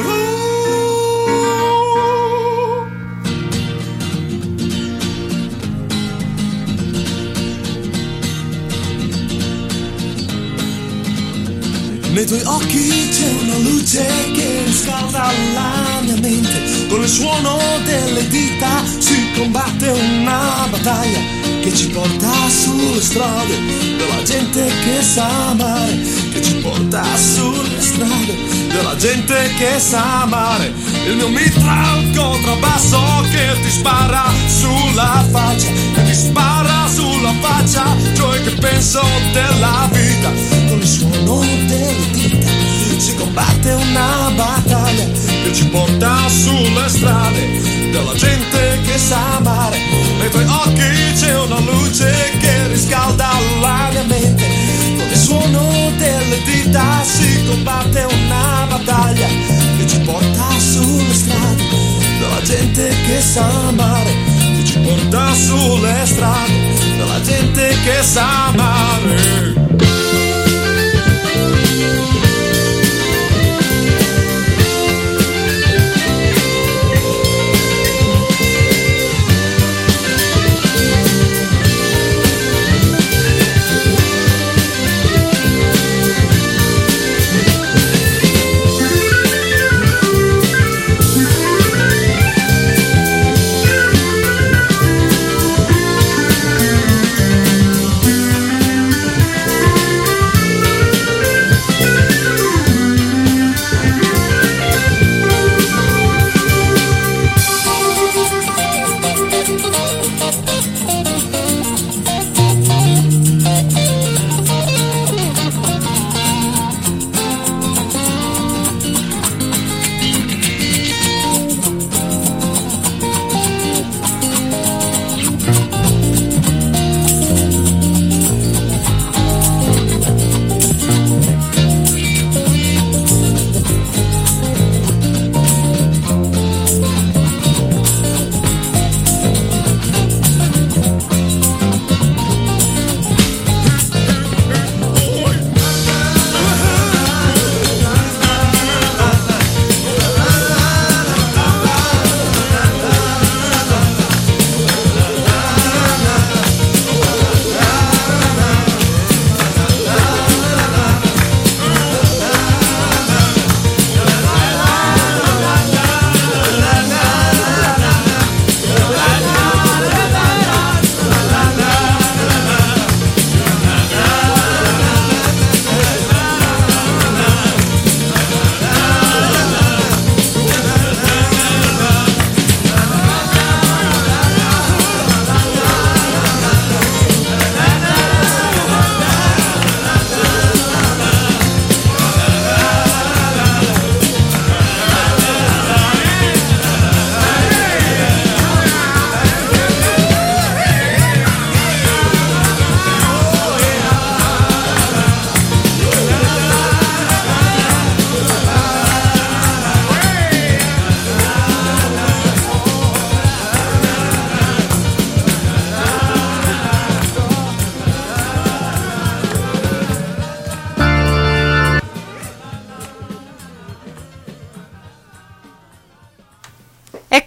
Nei tuoi occhi c'è una luce che riscalda la mia mente, con il suono delle dita si combatte una battaglia che ci porta sulle strade della gente che sa amare, che ci porta sulle strade della gente che sa amare. Il mio mitra al contrabbasso che ti spara sulla faccia, che ti spara sulla faccia, cioè che penso della vita, con il suono delle dita si combatte una battaglia che ci porta sulle strade della gente che sa amare. Nei tuoi occhi c'è una luce che riscalda la mia mente, con il suono delle dita si combatte una battaglia che ci porta sulle strade della gente che sa amare, che ci porta sulle strade della gente che sa amare.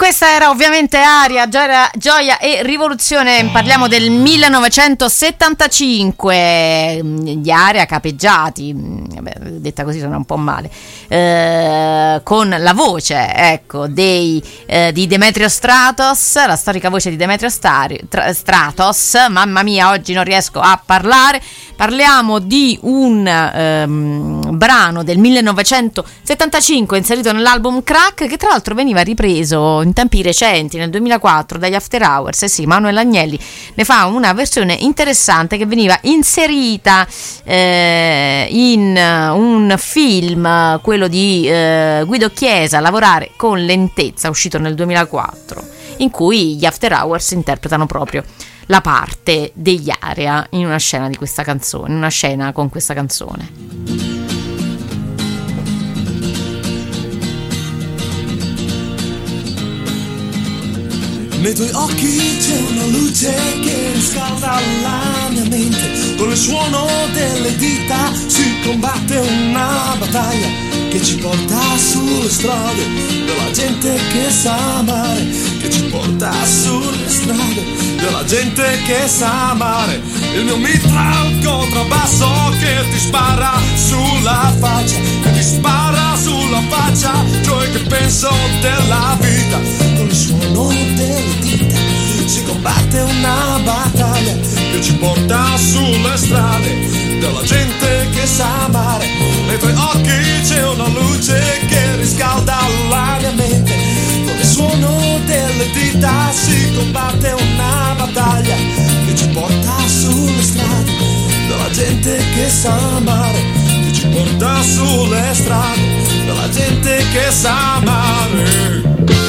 Questa era ovviamente Aria, Gioia e Rivoluzione. Parliamo del 1975. Gli Aria capeggiati, detta così suona un po' male, con la voce, ecco, di Demetrio Stratos, la storica voce di Demetrio Stratos. Mamma mia, oggi non riesco a parlare. Parliamo di un brano del 1975 inserito nell'album Crack, che tra l'altro veniva ripreso in tempi recenti, nel 2004, dagli After Hours. Sì, Manuel Agnelli ne fa una versione interessante che veniva inserita in un film, quello di Guido Chiesa, Lavorare con lentezza, uscito nel 2004, in cui gli After Hours interpretano proprio la parte degli Aria in una scena di questa canzone, in una scena con questa canzone. Nei tuoi occhi c'è una luce che riscalda la mia mente. Con il suono delle dita si combatte una battaglia che ci porta sulle strade della gente che sa amare, che ci porta sulle strade della gente che sa amare. Il mio mitra al contrabbasso che ti spara sulla faccia, che ti spara sulla faccia, cioè che penso della vita. Con il suono delle dita si combatte una battaglia che ci porta sulle strade della gente che sa amare. Nei tuoi occhi c'è una luce che riscalda la mia mente. Con il suono delle dita si combatte una battaglia che ci porta sulle strade della gente che sa amare, che ci porta sulle strade della gente che sa amare.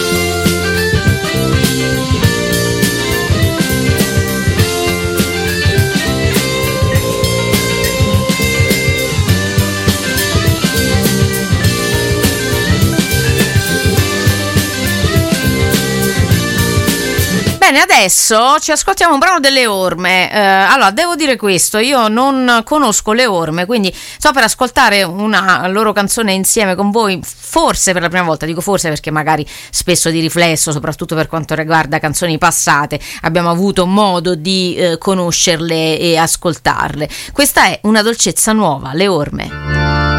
Bene, adesso ci ascoltiamo un brano delle Orme. Allora, devo dire questo, io non conosco le Orme, quindi sto per ascoltare una loro canzone insieme con voi, forse per la prima volta. Dico forse perché magari spesso di riflesso, soprattutto per quanto riguarda canzoni passate, abbiamo avuto modo di conoscerle e ascoltarle. Questa è Una dolcezza nuova, le Orme.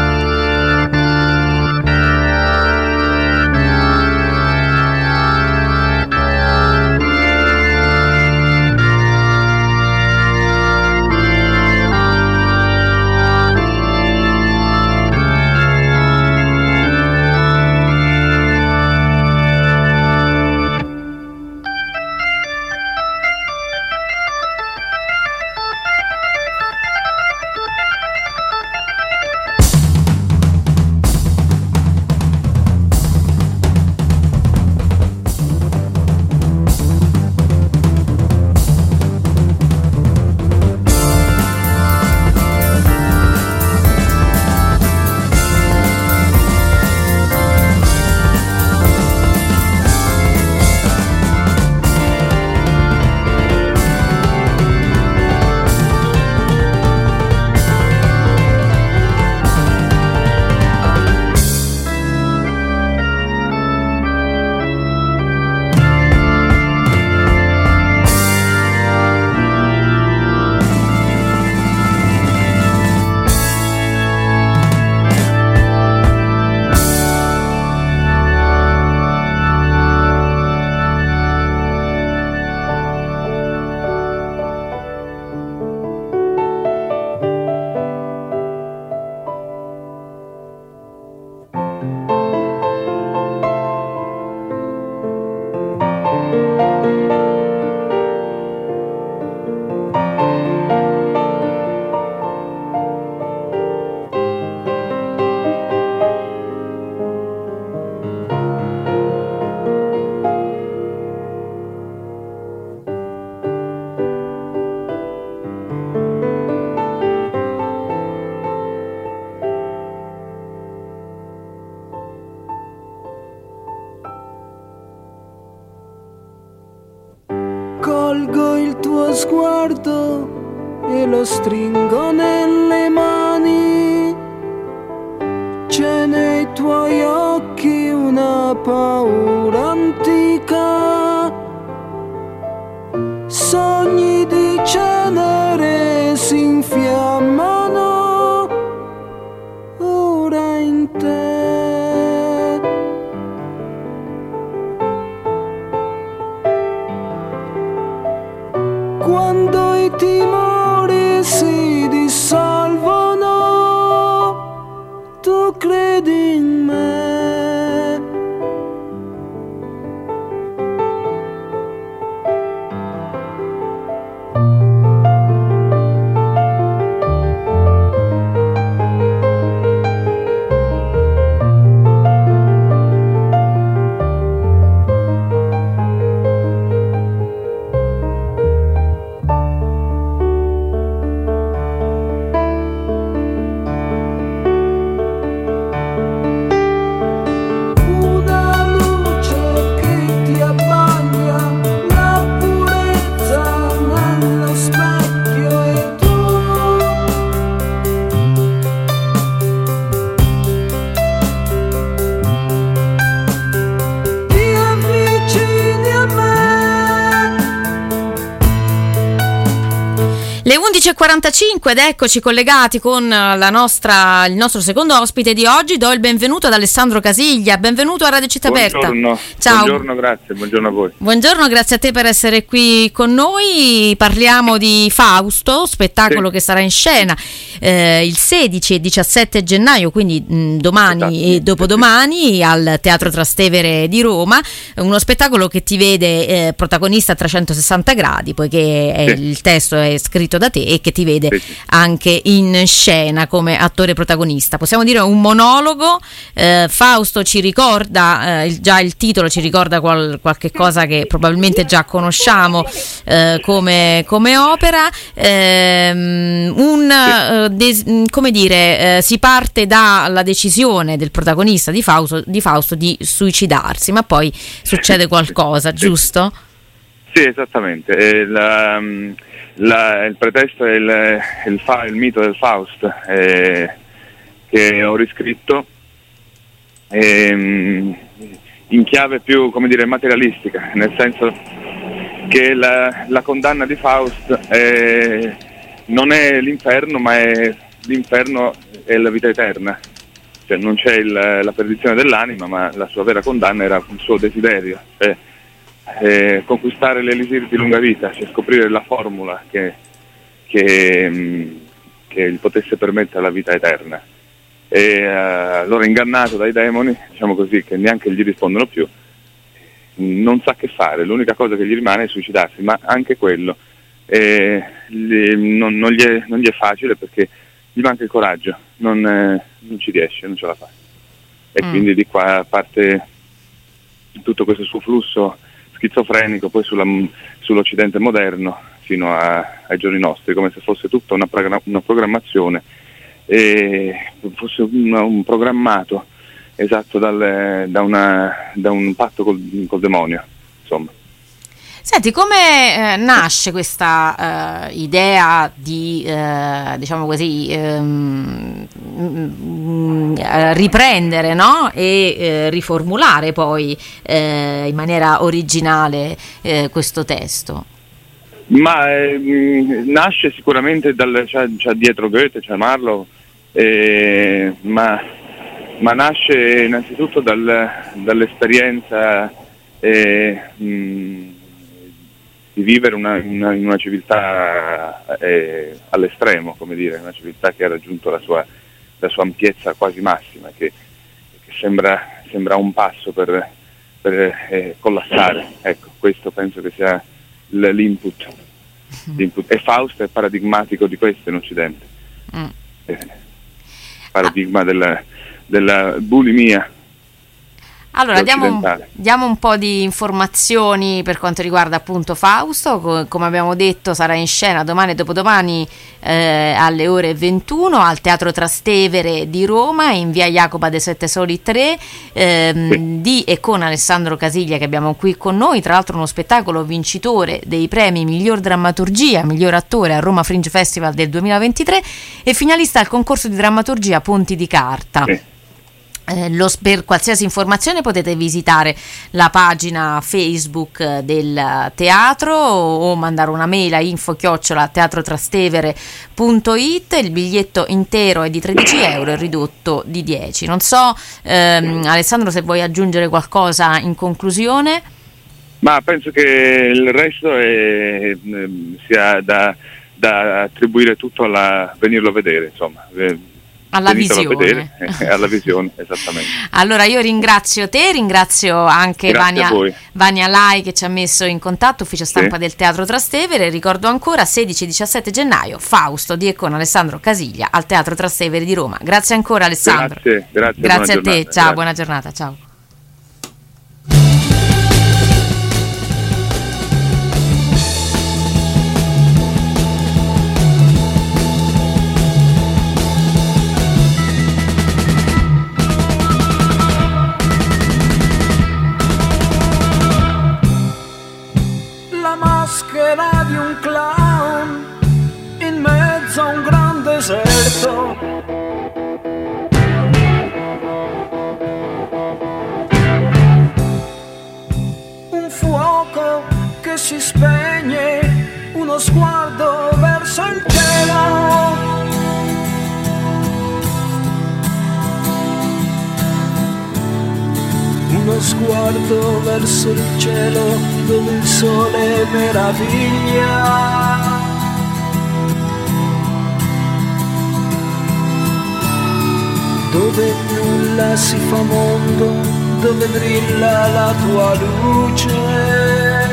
Colgo il tuo sguardo e lo stringo nelle mani. C'è nei tuoi occhi una paura antica credi in me. Le 11.45 ed eccoci collegati con il nostro secondo ospite di oggi. Do il benvenuto ad Alessandro Casiglia. Benvenuto a Radio Città Aperta. Buongiorno. Ciao. Buongiorno, grazie. Buongiorno a voi. Buongiorno, grazie a te per essere qui con noi. Parliamo di Fausto, spettacolo che sarà in scena il 16 e 17 gennaio, quindi domani e dopodomani al Teatro Trastevere di Roma. Uno spettacolo che ti vede protagonista a 360 gradi, poiché il testo è scritto da te e che ti vede anche in scena come attore protagonista. Possiamo dire un monologo. Fausto ci ricorda, già il titolo ci ricorda qualche cosa che probabilmente già conosciamo come opera. Come dire, si parte dalla decisione del protagonista di Fausto di suicidarsi, ma poi succede qualcosa, giusto? Sì, esattamente. Il pretesto è il mito del Faust che ho riscritto in chiave più, come dire, materialistica, nel senso che la condanna di Faust non è l'inferno, ma l'inferno è la vita eterna. Cioè non c'è la perdizione dell'anima, ma la sua vera condanna era il suo desiderio, cioè conquistare l'elisir di lunga vita, cioè scoprire la formula che gli potesse permettere la vita eterna. E allora, ingannato dai demoni, diciamo così, che neanche gli rispondono più, non sa che fare, l'unica cosa che gli rimane è suicidarsi, ma anche quello non gli è facile, perché gli manca il coraggio, non ci riesce, non ce la fa. E quindi di qua parte tutto questo suo flusso schizofrenico poi sull'Occidente moderno fino ai giorni nostri, come se fosse tutta una programmazione, e fosse un programmato esatto da un patto col demonio, insomma. Senti, come nasce questa idea di, diciamo così, riprendere, no? E riformulare poi in maniera originale questo testo? Ma nasce sicuramente c'è dietro Goethe, c'è Marlowe, ma nasce innanzitutto dall'esperienza di vivere in una civiltà all'estremo, come dire, una civiltà che ha raggiunto la sua ampiezza quasi massima, che sembra un passo per collassare. Ecco, questo penso che sia l'input. E Faust è paradigmatico di questo in Occidente. Paradigma della bulimia. Allora, diamo un po' di informazioni per quanto riguarda appunto Fausto. Come abbiamo detto, sarà in scena domani e dopodomani alle ore 21 al Teatro Trastevere di Roma, in via Jacopa dei Sette Soli 3, di e con Alessandro Casiglia, che abbiamo qui con noi. Tra l'altro uno spettacolo vincitore dei premi Miglior Drammaturgia, Miglior Attore a Roma Fringe Festival del 2023 e finalista al concorso di drammaturgia Ponti di Carta. Per qualsiasi informazione potete visitare la pagina Facebook del teatro o mandare una mail a info@teatrotrastevere.it. Il biglietto intero è di 13 euro e ridotto di 10. Non so, Alessandro, se vuoi aggiungere qualcosa in conclusione. Ma penso che il resto sia da attribuire tutto venirlo a vedere, insomma. alla venitelo a visione. vedere, alla visione, esattamente. Allora io ringrazio te, ringrazio anche Grazie a voi. Vania Lai che ci ha messo in contatto, ufficio stampa Sì. del Teatro Trastevere. Ricordo ancora 16-17 gennaio Fausto di e con Alessandro Casiglia al Teatro Trastevere di Roma. Grazie ancora Alessandro. Grazie Grazie buona a te, giornata. ciao, Grazie. buona giornata, ciao. La maschera di un clown in mezzo a un gran deserto. Un fuoco che si spegne, uno sguardo verso il cielo. Uno sguardo verso il cielo dove il sole meraviglia. Dove nulla si fa mondo, dove brilla la tua luce.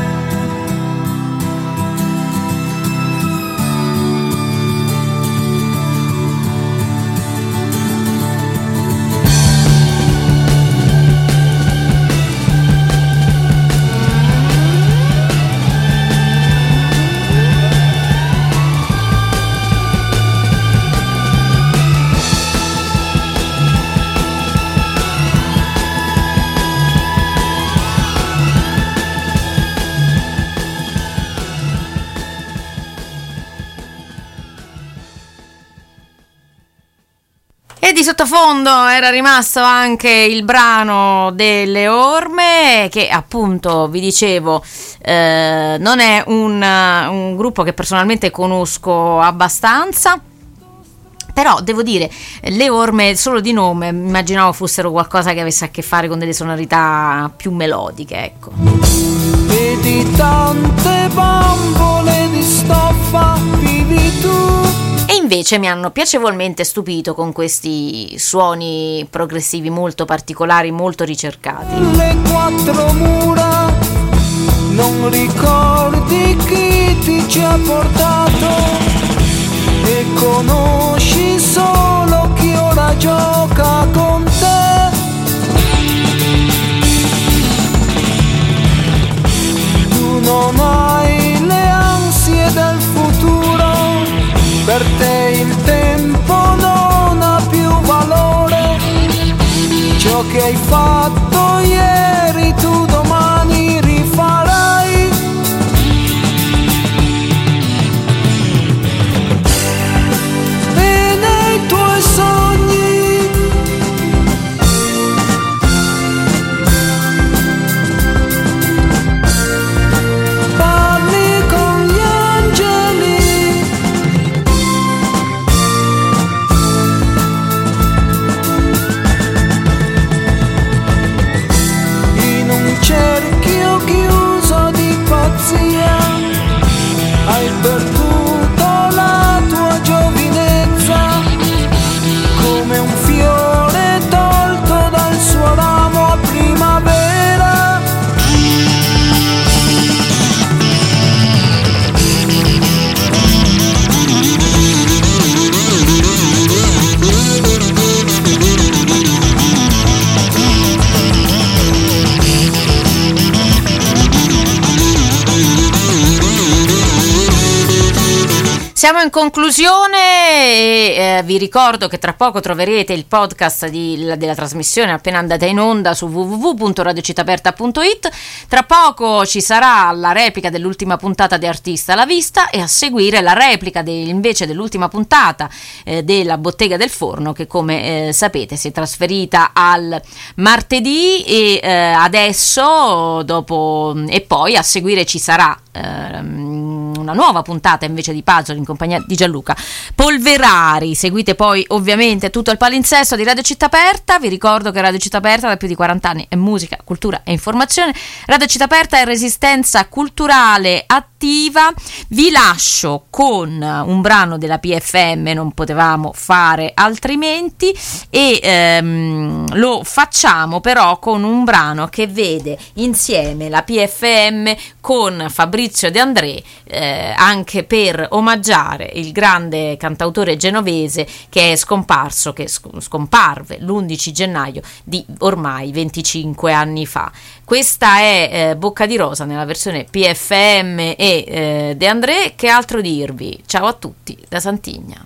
E di sottofondo era rimasto anche il brano delle Orme, che appunto vi dicevo non è un gruppo che personalmente conosco abbastanza, però devo dire le Orme solo di nome immaginavo fossero qualcosa che avesse a che fare con delle sonorità più melodiche, ecco. Vedi tante bambole di stoffa, vivi tu. E invece mi hanno piacevolmente stupito con questi suoni progressivi molto particolari, molto ricercati. Le quattro mura, non ricordi chi ti ci ha portato e conosci solo chi ora gioca con te. Tu non hai le ansie del futuro, per te il tempo non ha più valore. Ciò che hai fatto ieri tu domani rifarai. E nei tuoi sogni parli con gli angeli. In un cerchio chiuso di pazzia hai perduto la tua giovinezza, come un fiore tolto dal suo ramo a primavera. Siamo in conclusione e vi ricordo che tra poco troverete il podcast della trasmissione appena andata in onda su www.radiocittaperta.it. Tra poco ci sarà la replica dell'ultima puntata di Artista alla vista e a seguire la replica invece dell'ultima puntata della Bottega del Forno, che come sapete si è trasferita al martedì e adesso dopo e poi a seguire ci sarà una nuova puntata invece di Puzzle in compagnia di Gianluca Polverari. Seguite poi ovviamente tutto il palinsesto di Radio Città Aperta. Vi ricordo che Radio Città Aperta da più di 40 anni è musica, cultura e informazione. Radio Città Aperta è resistenza culturale attiva. Vi lascio con un brano della PFM, non potevamo fare altrimenti, e lo facciamo però con un brano che vede insieme la PFM con Fabrizio De André, anche per omaggiare il grande cantautore genovese che è scomparso, che scomparve l'11 gennaio di ormai 25 anni fa. Questa è Bocca di Rosa nella versione PFM e De André. Che altro dirvi? Ciao a tutti da Santigna.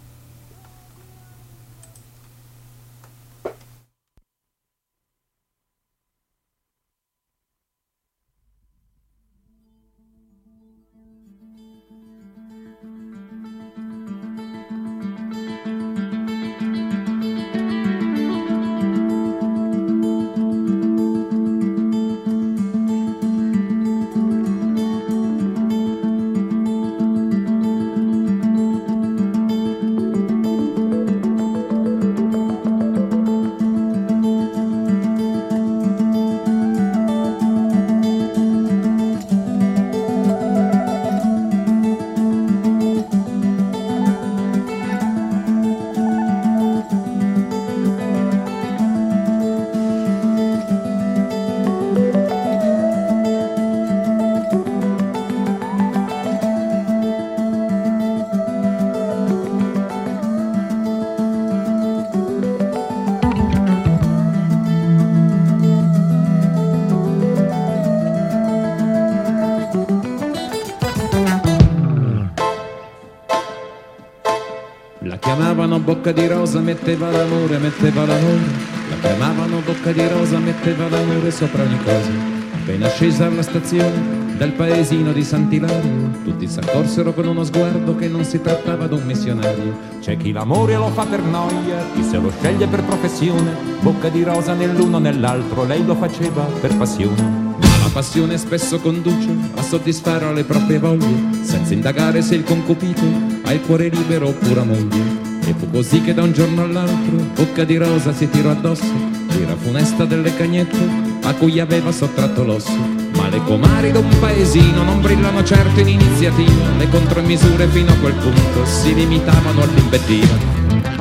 Bocca di rosa, metteva l'amore, metteva l'amore. La chiamavano bocca di rosa, metteva l'amore sopra ogni cosa. Appena scesa alla stazione del paesino di Sant'Ilario, tutti s'accorsero con uno sguardo che non si trattava d'un missionario. C'è chi l'amore lo fa per noia, chi se lo sceglie per professione. Bocca di rosa nell'uno nell'altro, lei lo faceva per passione. Ma la passione spesso conduce a soddisfare le proprie voglie, senza indagare se il concupito ha il cuore libero oppure moglie. E fu così che da un giorno all'altro Bocca di Rosa si tirò addosso l'ira funesta delle cagnette a cui aveva sottratto l'osso. Ma le comari d'un paesino non brillano certo in iniziativa, le contromisure fino a quel punto si limitavano all'invettiva.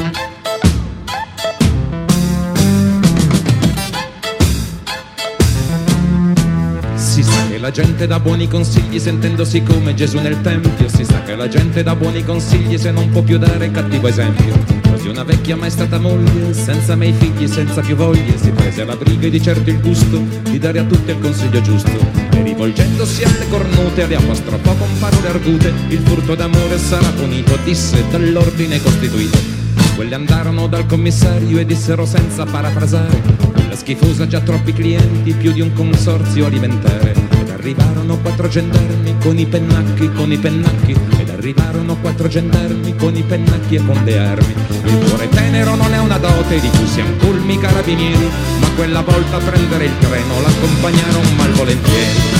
Si sa che la gente dà buoni consigli sentendosi come Gesù nel tempio. Si sa che la gente dà buoni consigli se non può più dare cattivo esempio. Così una vecchia mai stata moglie, senza mei figli, senza più voglie, si prese alla briga e di certo il gusto di dare a tutti il consiglio giusto. E rivolgendosi alle cornute le apostrofò con parole argute: il furto d'amore sarà punito, disse, dall'ordine costituito. Quelli andarono dal commissario e dissero senza parafrasare: la schifosa già troppi clienti, più di un consorzio alimentare. Ed arrivarono 4 gendarmi con i pennacchi, ed arrivarono 4 gendarmi con i pennacchi e con le armi. Il cuore tenero non è una dote di cui siano colmi i carabinieri, ma quella volta a prendere il treno l'accompagnarono malvolentieri.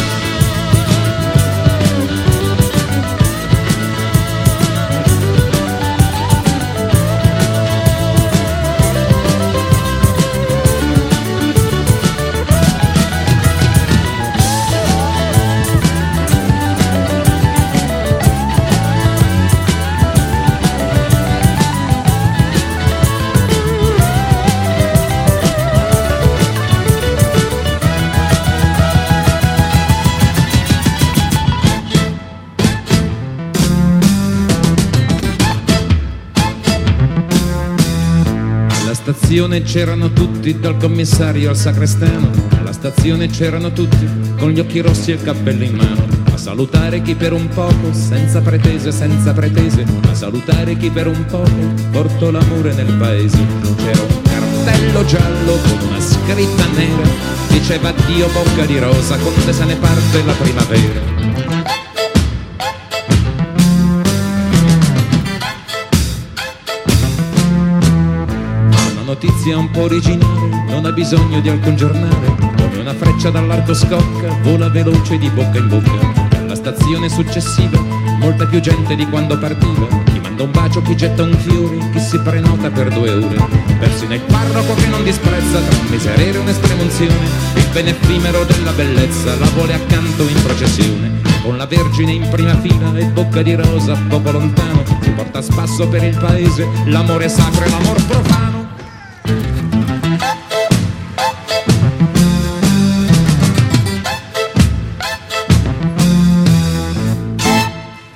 Alla stazione c'erano tutti, dal commissario al sacrestano. Alla stazione c'erano tutti, con gli occhi rossi e il cappello in mano, a salutare chi per un poco, senza pretese, a salutare chi per un poco portò l'amore nel paese. C'era un cartello giallo con una scritta nera, diceva addio Bocca di Rosa, con te se ne parte la primavera. Notizia un po' originale, non ha bisogno di alcun giornale, come una freccia dall'arco scocca, vola veloce di bocca in bocca. Alla stazione successiva molta più gente di quando partiva. Chi manda un bacio, chi getta un fiore, chi si prenota per 2 ore. Persino il parroco che non disprezza tra un miserere e un'estrema unzione, il bene effimero della bellezza la vuole accanto in processione. Con la Vergine in prima fila e bocca di rosa poco lontano, si porta a spasso per il paese l'amore sacro e l'amor profano.